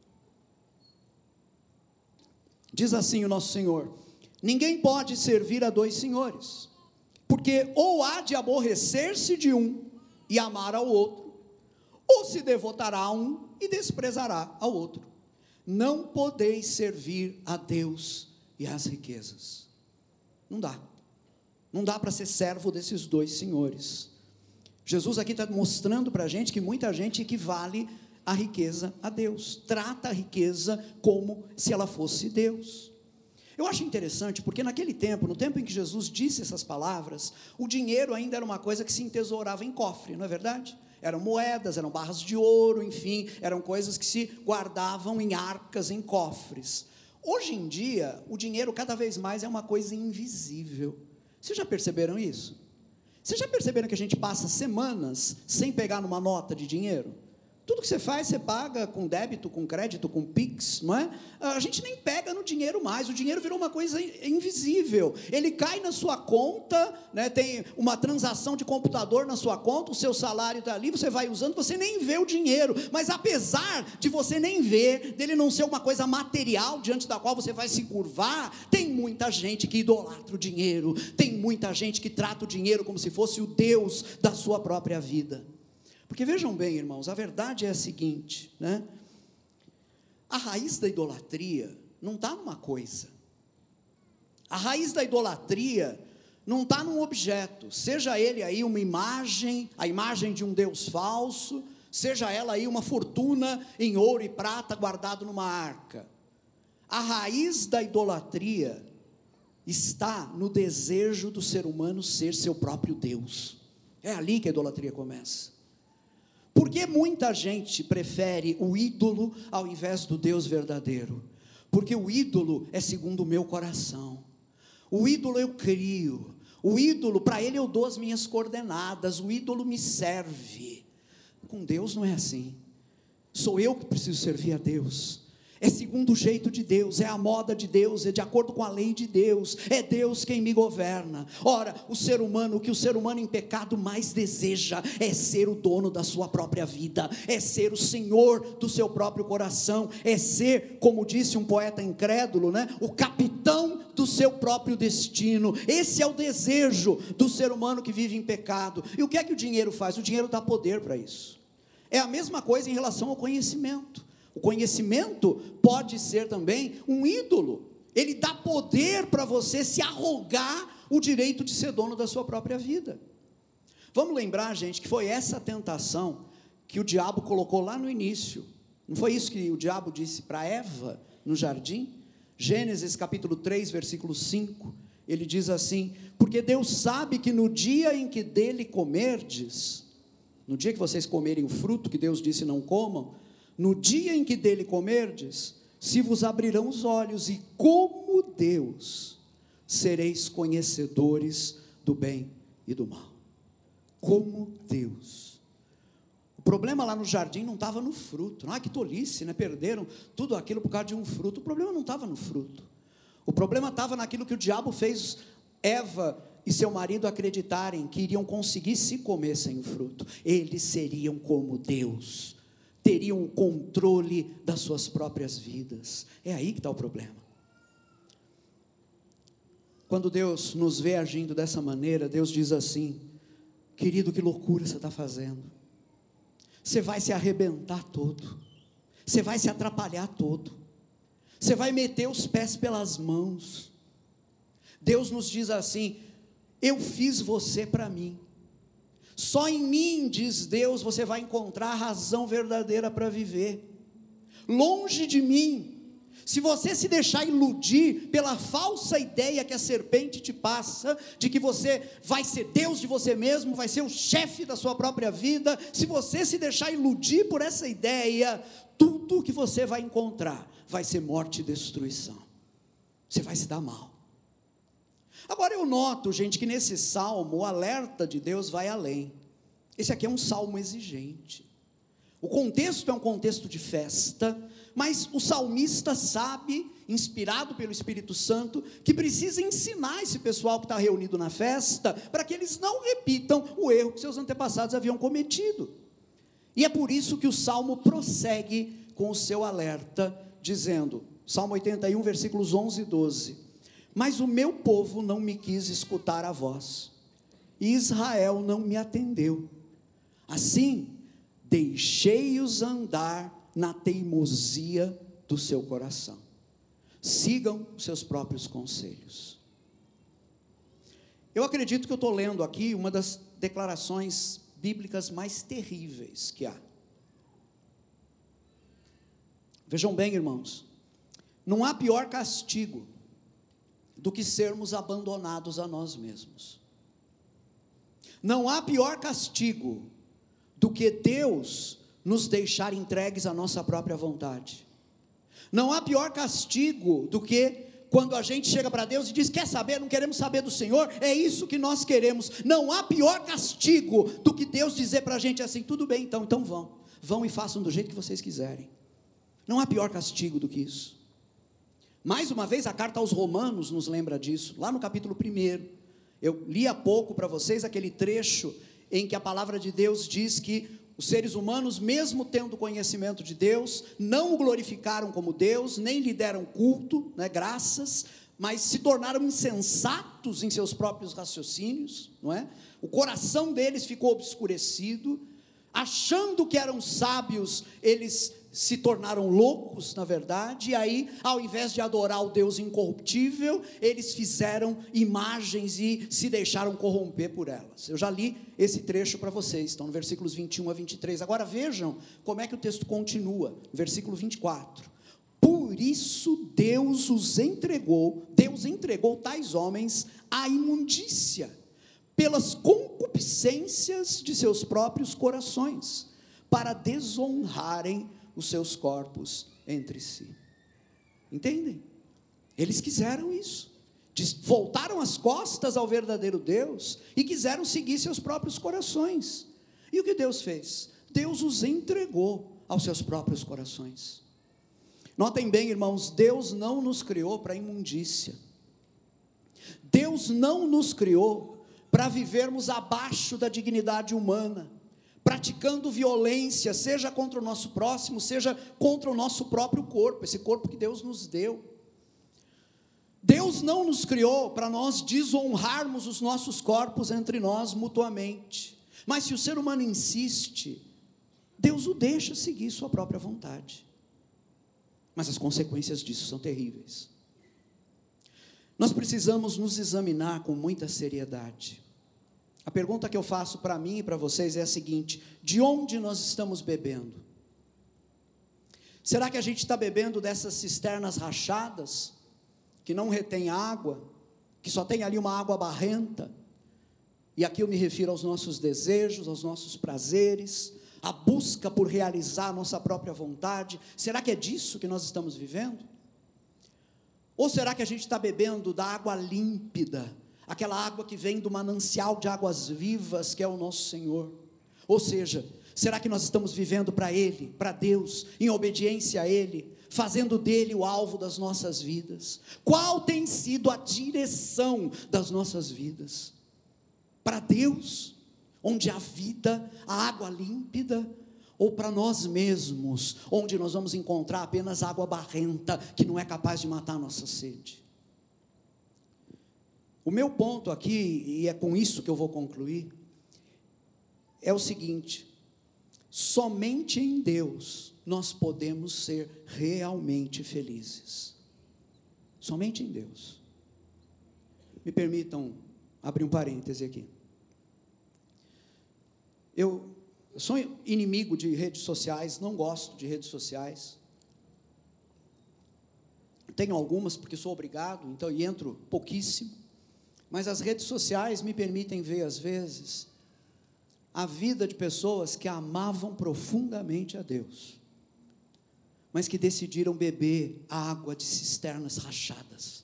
Diz assim o nosso Senhor: ninguém pode servir a dois senhores, porque ou há de aborrecer-se de um e amar ao outro, ou se devotará a um e desprezará ao outro. Não podeis servir a Deus e às riquezas. Não dá para ser servo desses dois senhores. Jesus aqui está mostrando para a gente que muita gente equivale a riqueza a Deus, trata a riqueza como se ela fosse Deus. Eu acho interessante, porque naquele tempo, no tempo em que Jesus disse essas palavras, o dinheiro ainda era uma coisa que se entesourava em cofre, não é verdade? Eram moedas, eram barras de ouro, enfim, eram coisas que se guardavam em arcas, em cofres. Hoje em dia, o dinheiro cada vez mais é uma coisa invisível. Vocês já perceberam isso? Vocês já perceberam que a gente passa semanas sem pegar numa nota de dinheiro? Tudo que você faz, você paga com débito, com crédito, com Pix, não é? A gente nem pega no dinheiro mais, o dinheiro virou uma coisa invisível, ele cai na sua conta, né? Tem uma transação de computador na sua conta, o seu salário está ali, você vai usando, você nem vê o dinheiro, mas apesar de você nem ver, dele não ser uma coisa material, diante da qual você vai se curvar, tem muita gente que idolatra o dinheiro, tem muita gente que trata o dinheiro como se fosse o Deus da sua própria vida. Porque vejam bem, irmãos, a verdade é a seguinte, né? A raiz da idolatria não está numa coisa. A raiz da idolatria não está num objeto, seja ele aí uma imagem, a imagem de um Deus falso, seja ela aí uma fortuna em ouro e prata guardado numa arca. A raiz da idolatria está no desejo do ser humano ser seu próprio Deus. É ali que a idolatria começa. Por que muita gente prefere o ídolo ao invés do Deus verdadeiro? Porque o ídolo é segundo o meu coração. O ídolo eu crio. O ídolo, para ele eu dou as minhas coordenadas. O ídolo me serve. Com Deus não é assim. Sou eu que preciso servir a Deus. É segundo o jeito de Deus, é a moda de Deus, é de acordo com a lei de Deus, é Deus quem me governa. Ora, o que o ser humano em pecado mais deseja é ser o dono da sua própria vida, é ser o senhor do seu próprio coração, é ser, como disse um poeta incrédulo, né, o capitão do seu próprio destino. Esse é o desejo do ser humano que vive em pecado. E o que é que o dinheiro faz? O dinheiro dá poder para isso. É a mesma coisa em relação ao conhecimento. O conhecimento pode ser também um ídolo. Ele dá poder para você se arrogar o direito de ser dono da sua própria vida. Vamos lembrar, gente, que foi essa tentação que o diabo colocou lá no início. Não foi isso que o diabo disse para Eva no jardim? Gênesis capítulo 3, versículo 5, ele diz assim: porque Deus sabe que no dia em que dele comerdes, no dia que vocês comerem o fruto que Deus disse não comam, no dia em que dele comerdes, se vos abrirão os olhos, e como Deus, sereis conhecedores do bem e do mal. Como Deus. O problema lá no jardim não estava no fruto. Que tolice, né? Perderam tudo aquilo por causa de um fruto. O problema não estava no fruto. O problema estava naquilo que o diabo fez Eva e seu marido acreditarem que iriam conseguir se comessem o fruto, eles seriam como Deus, teriam o controle das suas próprias vidas. É aí que está o problema. Quando Deus nos vê agindo dessa maneira, Deus diz assim: querido, que loucura você está fazendo, você vai se arrebentar todo, você vai se atrapalhar todo, você vai meter os pés pelas mãos. Deus nos diz assim: eu fiz você para mim, só em mim, diz Deus, você vai encontrar a razão verdadeira para viver, longe de mim. Se você se deixar iludir pela falsa ideia que a serpente te passa, de que você vai ser Deus de você mesmo, vai ser o chefe da sua própria vida, se você se deixar iludir por essa ideia, tudo que você vai encontrar vai ser morte e destruição, você vai se dar mal. Agora eu noto, gente, que nesse salmo o alerta de Deus vai além. Esse aqui é um salmo exigente. O contexto é um contexto de festa, mas o salmista sabe, inspirado pelo Espírito Santo, que precisa ensinar esse pessoal que está reunido na festa, para que eles não repitam o erro que seus antepassados haviam cometido. E é por isso que o salmo prossegue com o seu alerta, dizendo, Salmo 81, versículos 11 e 12: mas o meu povo não me quis escutar a voz, e Israel não me atendeu. Assim, deixei-os andar na teimosia do seu coração. Sigam os seus próprios conselhos. Eu acredito que eu estou lendo aqui uma das declarações bíblicas mais terríveis que há. Vejam bem, irmãos, não há pior castigo do que sermos abandonados a nós mesmos. Não há pior castigo do que Deus nos deixar entregues à nossa própria vontade. Não há pior castigo do que quando a gente chega para Deus e diz: quer saber, não queremos saber do Senhor, é isso que nós queremos. Não há pior castigo do que Deus dizer para a gente assim: tudo bem, então vão e façam do jeito que vocês quiserem. Não há pior castigo do que isso. Mais uma vez, a carta aos Romanos nos lembra disso, lá no capítulo 1, eu li há pouco para vocês aquele trecho em que a palavra de Deus diz que os seres humanos, mesmo tendo conhecimento de Deus, não o glorificaram como Deus, nem lhe deram culto, graças, mas se tornaram insensatos em seus próprios raciocínios, não é? O coração deles ficou obscurecido, achando que eram sábios, eles se tornaram loucos, na verdade, e aí, ao invés de adorar o Deus incorruptível, eles fizeram imagens e se deixaram corromper por elas. Eu já li esse trecho para vocês, estão no versículos 21 a 23, agora vejam como é que o texto continua, versículo 24, por isso Deus entregou tais homens à imundícia, pelas concupiscências de seus próprios corações, para desonrarem os seus corpos entre si. Entendem? Eles quiseram isso, voltaram as costas ao verdadeiro Deus e quiseram seguir seus próprios corações. E o que Deus fez? Deus os entregou aos seus próprios corações. Notem bem, irmãos, Deus não nos criou para imundícia. Deus não nos criou para vivermos abaixo da dignidade humana, praticando violência, seja contra o nosso próximo, seja contra o nosso próprio corpo, esse corpo que Deus nos deu. Deus não nos criou para nós desonrarmos os nossos corpos entre nós mutuamente, mas se o ser humano insiste, Deus o deixa seguir sua própria vontade, mas as consequências disso são terríveis. Nós precisamos nos examinar com muita seriedade. A pergunta que eu faço para mim e para vocês é a seguinte: de onde nós estamos bebendo? Será que a gente está bebendo dessas cisternas rachadas, que não retém água, que só tem ali uma água barrenta? E aqui eu me refiro aos nossos desejos, aos nossos prazeres, a busca por realizar a nossa própria vontade. Será que é disso que nós estamos vivendo? Ou será que a gente está bebendo da água límpida, aquela água que vem do manancial de águas vivas, que é o nosso Senhor? Ou seja, será que nós estamos vivendo para Ele, para Deus, em obediência a Ele, fazendo dele o alvo das nossas vidas? Qual tem sido a direção das nossas vidas? Para Deus, onde há vida, a água límpida, ou para nós mesmos, onde nós vamos encontrar apenas água barrenta, que não é capaz de matar a nossa sede? O meu ponto aqui, e é com isso que eu vou concluir, é o seguinte: somente em Deus nós podemos ser realmente felizes. Somente em Deus. Me permitam abrir um parêntese aqui. Eu sou inimigo de redes sociais, não gosto de redes sociais. Tenho algumas porque sou obrigado, então e entro pouquíssimo. Mas as redes sociais me permitem ver, às vezes, a vida de pessoas que amavam profundamente a Deus, mas que decidiram beber água de cisternas rachadas.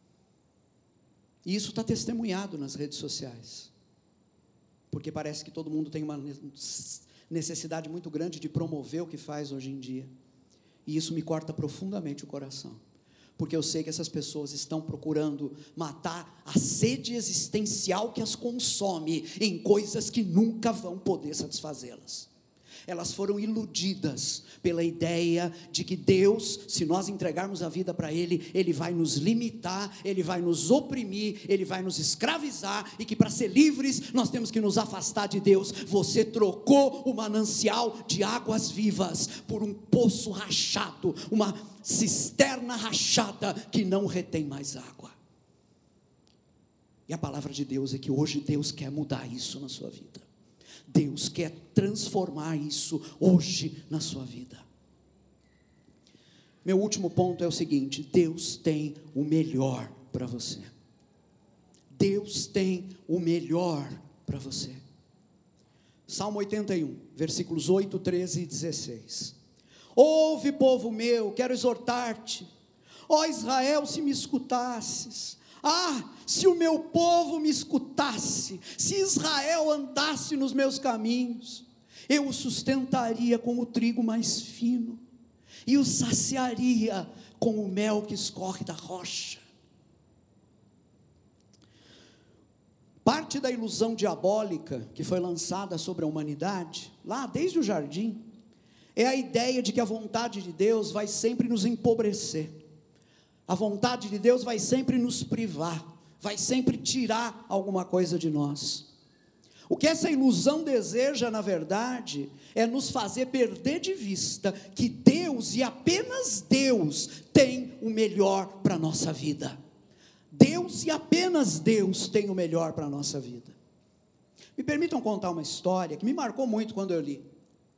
E isso está testemunhado nas redes sociais, porque parece que todo mundo tem uma necessidade muito grande de promover o que faz hoje em dia, e isso me corta profundamente o coração, porque eu sei que essas pessoas estão procurando matar a sede existencial que as consome em coisas que nunca vão poder satisfazê-las. Elas foram iludidas pela ideia de que Deus, se nós entregarmos a vida para Ele, Ele vai nos limitar, Ele vai nos oprimir, Ele vai nos escravizar, e que para ser livres, nós temos que nos afastar de Deus. Você trocou o manancial de águas vivas por um poço rachado, uma cisterna rachada que não retém mais água. E a palavra de Deus é que hoje Deus quer mudar isso na sua vida. Deus quer transformar isso hoje na sua vida. Meu último ponto é o seguinte: Deus tem o melhor para você. Deus tem o melhor para você. Salmo 81, versículos 8, 13 e 16. Ouve, povo meu, quero exortar-te. Ó Israel, se me escutasses. Ah, se o meu povo me escutasse, se Israel andasse nos meus caminhos, eu o sustentaria com o trigo mais fino, e o saciaria com o mel que escorre da rocha. Parte da ilusão diabólica que foi lançada sobre a humanidade, lá desde o jardim, é a ideia de que a vontade de Deus vai sempre nos empobrecer. A vontade de Deus vai sempre nos privar, vai sempre tirar alguma coisa de nós. O que essa ilusão deseja, na verdade, é nos fazer perder de vista que Deus, e apenas Deus, tem o melhor para a nossa vida. Deus e apenas Deus tem o melhor para a nossa vida. Me permitam contar uma história que me marcou muito quando eu li.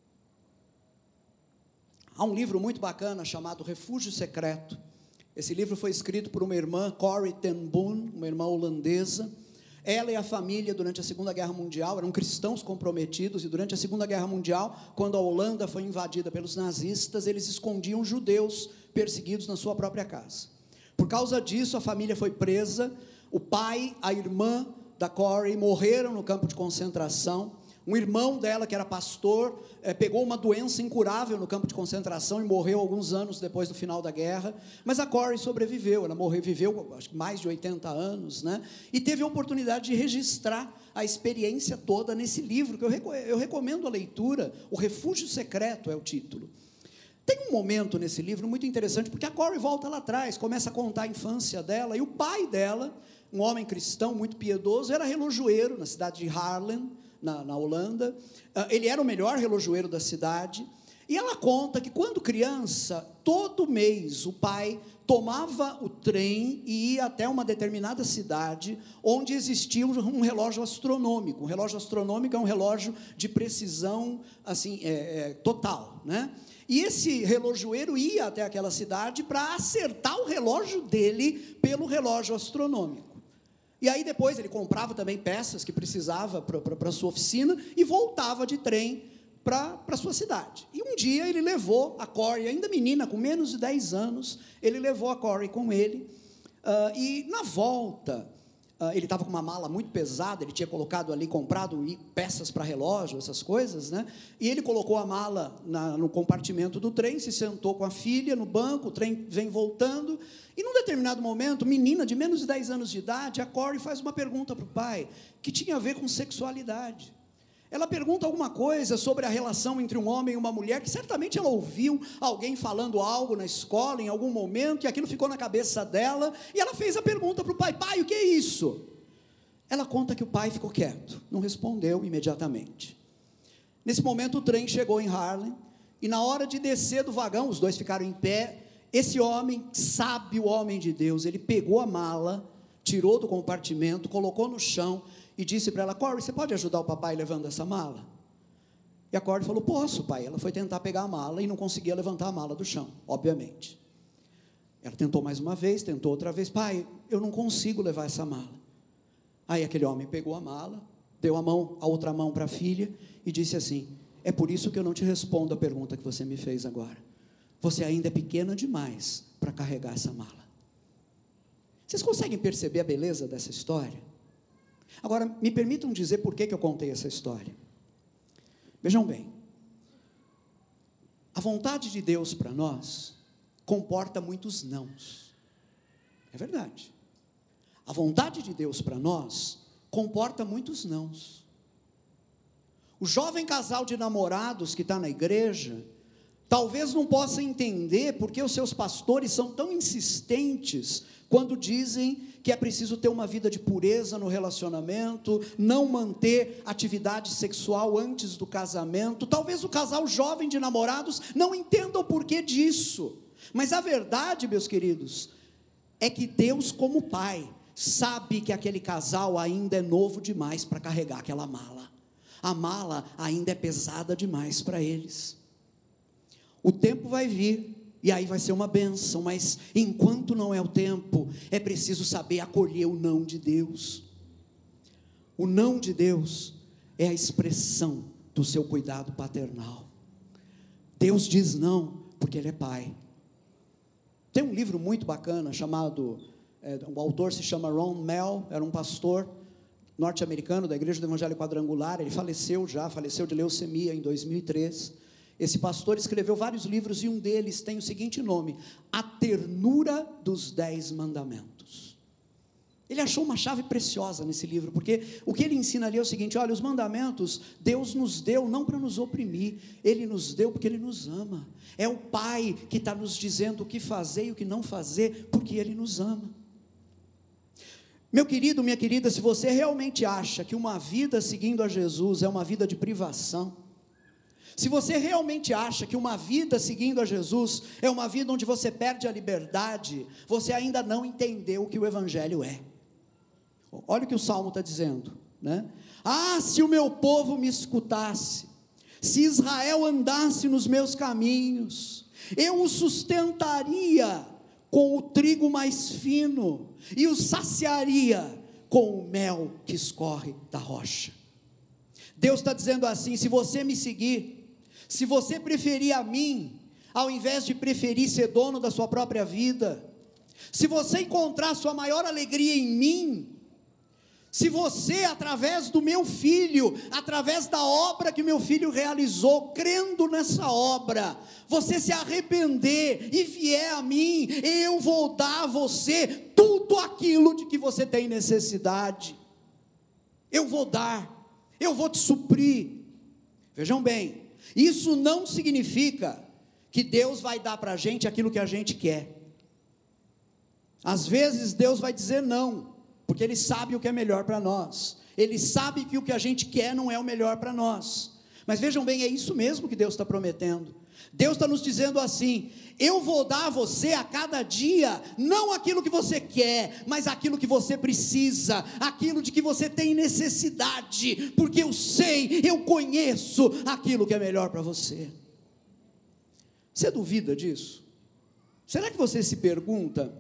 Há um livro muito bacana chamado Refúgio Secreto. Esse livro foi escrito por uma irmã, Corrie ten Boom, uma irmã holandesa. Ela e a família, durante a Segunda Guerra Mundial, eram cristãos comprometidos, e durante a Segunda Guerra Mundial, quando a Holanda foi invadida pelos nazistas, eles escondiam judeus perseguidos na sua própria casa. Por causa disso, a família foi presa, o pai, a irmã da Corrie morreram no campo de concentração. Um irmão dela, que era pastor, pegou uma doença incurável no campo de concentração e morreu alguns anos depois do final da guerra, mas a Corrie sobreviveu, ela viveu acho que mais de 80 anos, né? E teve a oportunidade de registrar a experiência toda nesse livro, que eu recomendo a leitura. O Refúgio Secreto é o título. Tem um momento nesse livro muito interessante, porque a Corrie volta lá atrás, começa a contar a infância dela, e o pai dela, um homem cristão muito piedoso, era relojoeiro na cidade de Haarlem, na Holanda. Ele era o melhor relojoeiro da cidade, e ela conta que quando criança, todo mês o pai tomava o trem e ia até uma determinada cidade, onde existia um relógio astronômico. Um relógio astronômico é um relógio de precisão assim, total, né? E esse relojoeiro ia até aquela cidade para acertar o relógio dele pelo relógio astronômico. E aí depois ele comprava também peças que precisava para a sua oficina e voltava de trem para a sua cidade. E um dia ele levou a Corrie, ainda menina, com menos de 10 anos, ele levou a Corrie com ele, e na volta, ele estava com uma mala muito pesada, ele tinha colocado ali, comprado peças para relógio, essas coisas, né? E ele colocou a mala no compartimento do trem, se sentou com a filha no banco, o trem vem voltando, e num determinado momento, menina de menos de 10 anos de idade, a Corey faz uma pergunta para o pai, que tinha a ver com sexualidade. Ela pergunta alguma coisa sobre a relação entre um homem e uma mulher, que certamente ela ouviu alguém falando algo na escola, em algum momento, e aquilo ficou na cabeça dela, e ela fez a pergunta para o pai: pai, o que é isso? Ela conta que o pai ficou quieto, não respondeu imediatamente. Nesse momento o trem chegou em Harlem, e na hora de descer do vagão, os dois ficaram em pé. Esse homem, sábio homem de Deus, ele pegou a mala, tirou do compartimento, colocou no chão, e disse para ela: Corey, você pode ajudar o papai levando essa mala? E a Corey falou: posso, pai. Ela foi tentar pegar a mala e não conseguia levantar a mala do chão, obviamente. Ela tentou mais uma vez, tentou outra vez: pai, eu não consigo levar essa mala. Aí aquele homem pegou a mala, deu a outra mão para a filha e disse assim: é por isso que eu não te respondo a pergunta que você me fez agora. Você ainda é pequena demais para carregar essa mala. Vocês conseguem perceber a beleza dessa história? Agora, me permitam dizer por que eu contei essa história. Vejam bem, a vontade de Deus para nós comporta muitos nãos. É verdade. A vontade de Deus para nós comporta muitos nãos. O jovem casal de namorados que está na igreja, talvez não possa entender porque os seus pastores são tão insistentes quando dizem que é preciso ter uma vida de pureza no relacionamento, não manter atividade sexual antes do casamento. Talvez o casal jovem de namorados não entenda o porquê disso, mas a verdade, meus queridos, é que Deus, como Pai, sabe que aquele casal ainda é novo demais para carregar aquela mala. A mala ainda é pesada demais para eles. O tempo vai vir, e aí vai ser uma bênção, mas enquanto não é o tempo, é preciso saber acolher o não de Deus. O não de Deus é a expressão do seu cuidado paternal. Deus diz não, porque Ele é Pai. Tem um livro muito bacana, chamado, o autor se chama Ron Mell, era um pastor norte-americano da Igreja do Evangelho Quadrangular. Ele faleceu de leucemia em 2003, Esse pastor escreveu vários livros e um deles tem o seguinte nome: A Ternura dos 10 Mandamentos. Ele achou uma chave preciosa nesse livro, porque o que ele ensina ali é o seguinte: olha, os mandamentos Deus nos deu não para nos oprimir, Ele nos deu porque Ele nos ama. É o Pai que está nos dizendo o que fazer e o que não fazer, porque Ele nos ama. Meu querido, minha querida, se você realmente acha que uma vida seguindo a Jesus é uma vida de privação, se você realmente acha que uma vida seguindo a Jesus é uma vida onde você perde a liberdade, você ainda não entendeu o que o Evangelho é. Olha o que o Salmo está dizendo, né? Ah, se o meu povo me escutasse, se Israel andasse nos meus caminhos, eu o sustentaria com o trigo mais fino, e o saciaria com o mel que escorre da rocha. Deus está dizendo assim: se você me seguir, se você preferir a mim, ao invés de preferir ser dono da sua própria vida, se você encontrar sua maior alegria em mim, se você, através do meu filho, através da obra que meu filho realizou, crendo nessa obra, você se arrepender e vier a mim, eu vou dar a você tudo aquilo de que você tem necessidade. Eu vou dar, eu vou te suprir. Vejam bem, isso não significa que Deus vai dar para a gente aquilo que a gente quer. Às vezes Deus vai dizer não, porque Ele sabe o que é melhor para nós. Ele sabe que o que a gente quer não é o melhor para nós. Mas vejam bem, é isso mesmo que Deus está prometendo. Deus está nos dizendo assim: eu vou dar a você a cada dia, não aquilo que você quer, mas aquilo que você precisa, aquilo de que você tem necessidade, porque eu sei, eu conheço aquilo que é melhor para você. Você duvida disso? Será que você se pergunta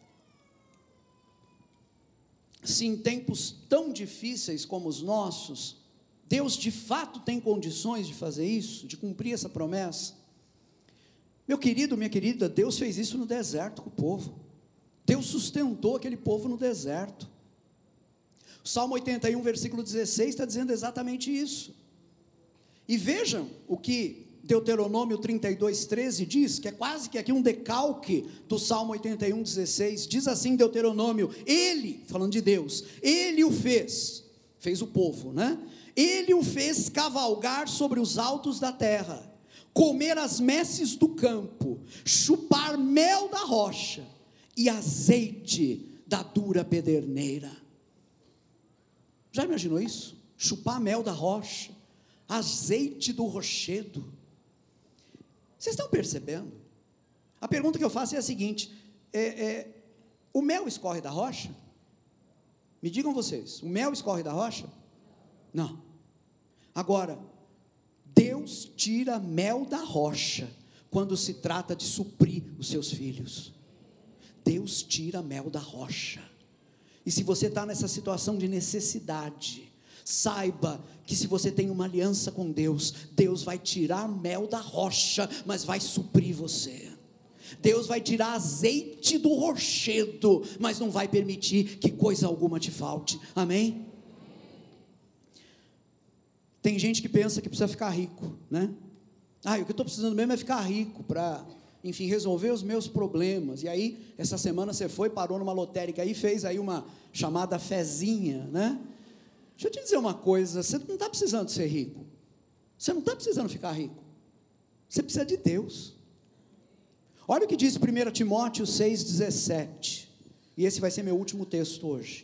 se em tempos tão difíceis como os nossos, Deus de fato tem condições de fazer isso, de cumprir essa promessa? Meu querido, minha querida, Deus fez isso no deserto com o povo. Deus sustentou aquele povo no deserto. O Salmo 81, versículo 16, está dizendo exatamente isso. E vejam o que Deuteronômio 32, 13 diz, que é quase que aqui um decalque do Salmo 81, 16, diz assim Deuteronômio: Ele, falando de Deus, Ele o fez o povo, né? Ele o fez cavalgar sobre os altos da terra, comer as messes do campo, chupar mel da rocha e azeite da dura pederneira. Já imaginou isso? Chupar mel da rocha, azeite do rochedo. Vocês estão percebendo? A pergunta que eu faço é a seguinte: o mel escorre da rocha? Me digam vocês, o mel escorre da rocha? Não. Agora, Deus tira mel da rocha quando se trata de suprir os seus filhos. Deus tira mel da rocha. E se você está nessa situação de necessidade, saiba que se você tem uma aliança com Deus, Deus vai tirar mel da rocha, mas vai suprir você. Deus vai tirar azeite do rochedo, mas não vai permitir que coisa alguma te falte. Amém? Tem gente que pensa que precisa ficar rico, né? O que eu estou precisando mesmo é ficar rico para, enfim, resolver os meus problemas. E aí, essa semana você parou numa lotérica aí, fez aí uma chamada fezinha, né? Deixa eu te dizer uma coisa: você não está precisando ser rico, você não está precisando ficar rico, você precisa de Deus. Olha o que diz 1 Timóteo 6,17, e esse vai ser meu último texto hoje.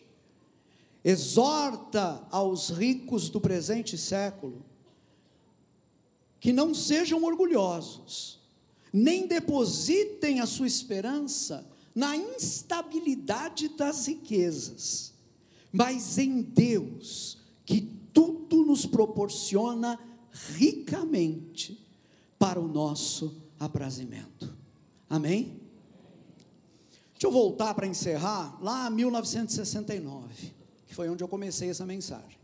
Exorta aos ricos do presente século que não sejam orgulhosos, nem depositem a sua esperança na instabilidade das riquezas, mas em Deus, que tudo nos proporciona ricamente para o nosso aprazimento. Amém? Deixa eu voltar para encerrar lá em 1969, que foi onde eu comecei essa mensagem.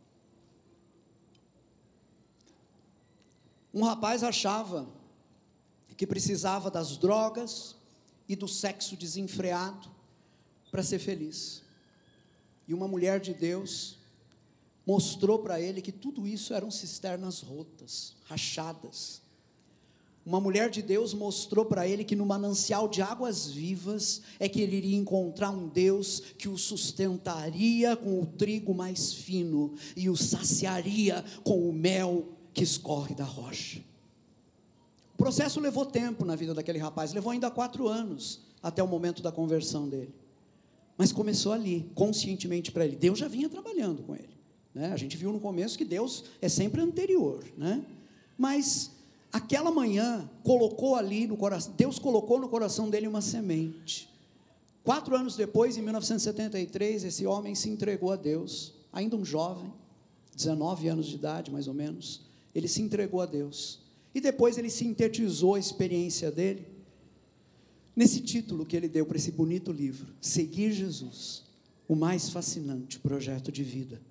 Um rapaz achava que precisava das drogas e do sexo desenfreado para ser feliz. E uma mulher de Deus mostrou para ele que tudo isso eram cisternas rotas, rachadas. Uma mulher de Deus mostrou para ele que no manancial de águas vivas é que ele iria encontrar um Deus que o sustentaria com o trigo mais fino e o saciaria com o mel que escorre da rocha. O processo levou tempo na vida daquele rapaz, levou ainda 4 anos até o momento da conversão dele. Mas começou ali, conscientemente para ele. Deus já vinha trabalhando com ele, né? A gente viu no começo que Deus é sempre anterior, né? Mas aquela manhã, Deus colocou no coração dele uma semente. 4 anos depois, em 1973, esse homem se entregou a Deus, ainda um jovem, 19 anos de idade, mais ou menos, ele se entregou a Deus, e depois ele sintetizou a experiência dele, nesse título que ele deu para esse bonito livro, Seguir Jesus, o mais fascinante projeto de vida.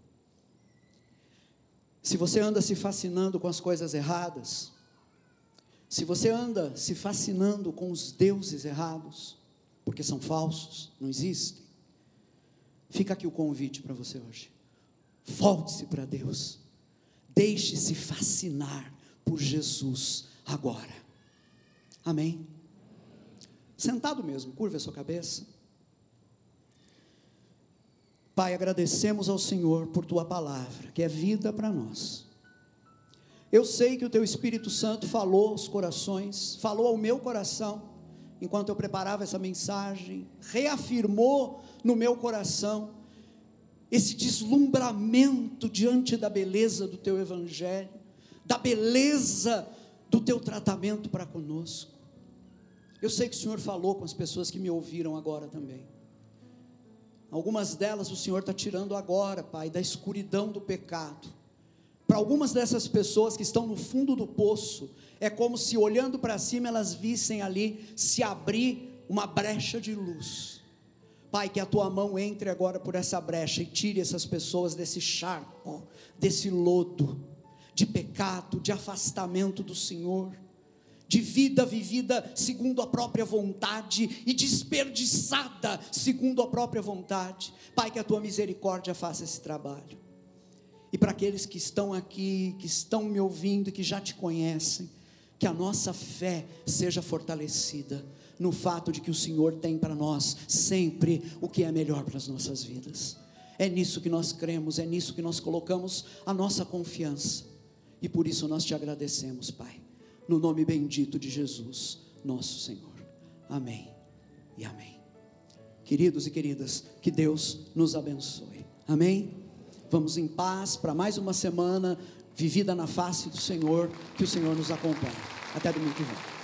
Se você anda se fascinando com as coisas erradas, se você anda se fascinando com os deuses errados, porque são falsos, não existem, fica aqui o convite para você hoje: volte-se para Deus, deixe-se fascinar por Jesus agora. Amém? Sentado mesmo, curva a sua cabeça. Pai, agradecemos ao Senhor por Tua palavra, que é vida para nós. Eu sei que o Teu Espírito Santo falou aos corações, falou ao meu coração, enquanto eu preparava essa mensagem, reafirmou no meu coração esse deslumbramento diante da beleza do Teu Evangelho, da beleza do Teu tratamento para conosco. Eu sei que o Senhor falou com as pessoas que me ouviram agora também. Algumas delas o Senhor está tirando agora, Pai, da escuridão do pecado. Para algumas dessas pessoas que estão no fundo do poço, é como se olhando para cima elas vissem ali se abrir uma brecha de luz. Pai, que a Tua mão entre agora por essa brecha e tire essas pessoas desse charco, desse lodo, de pecado, de afastamento do Senhor. de vida vivida segundo a própria vontade e desperdiçada segundo a própria vontade. Pai, que a tua misericórdia faça esse trabalho. E para aqueles que estão aqui, que estão me ouvindo e que já te conhecem, que a nossa fé seja fortalecida no fato de que o Senhor tem para nós sempre o que é melhor para as nossas vidas. É nisso que nós cremos, é nisso que nós colocamos a nossa confiança, e por isso nós te agradecemos, Pai, no nome bendito de Jesus, nosso Senhor. Amém e amém. Queridos e queridas, que Deus nos abençoe. Amém? Vamos em paz para mais uma semana vivida na face do Senhor. Que o Senhor nos acompanhe. Até domingo que vem.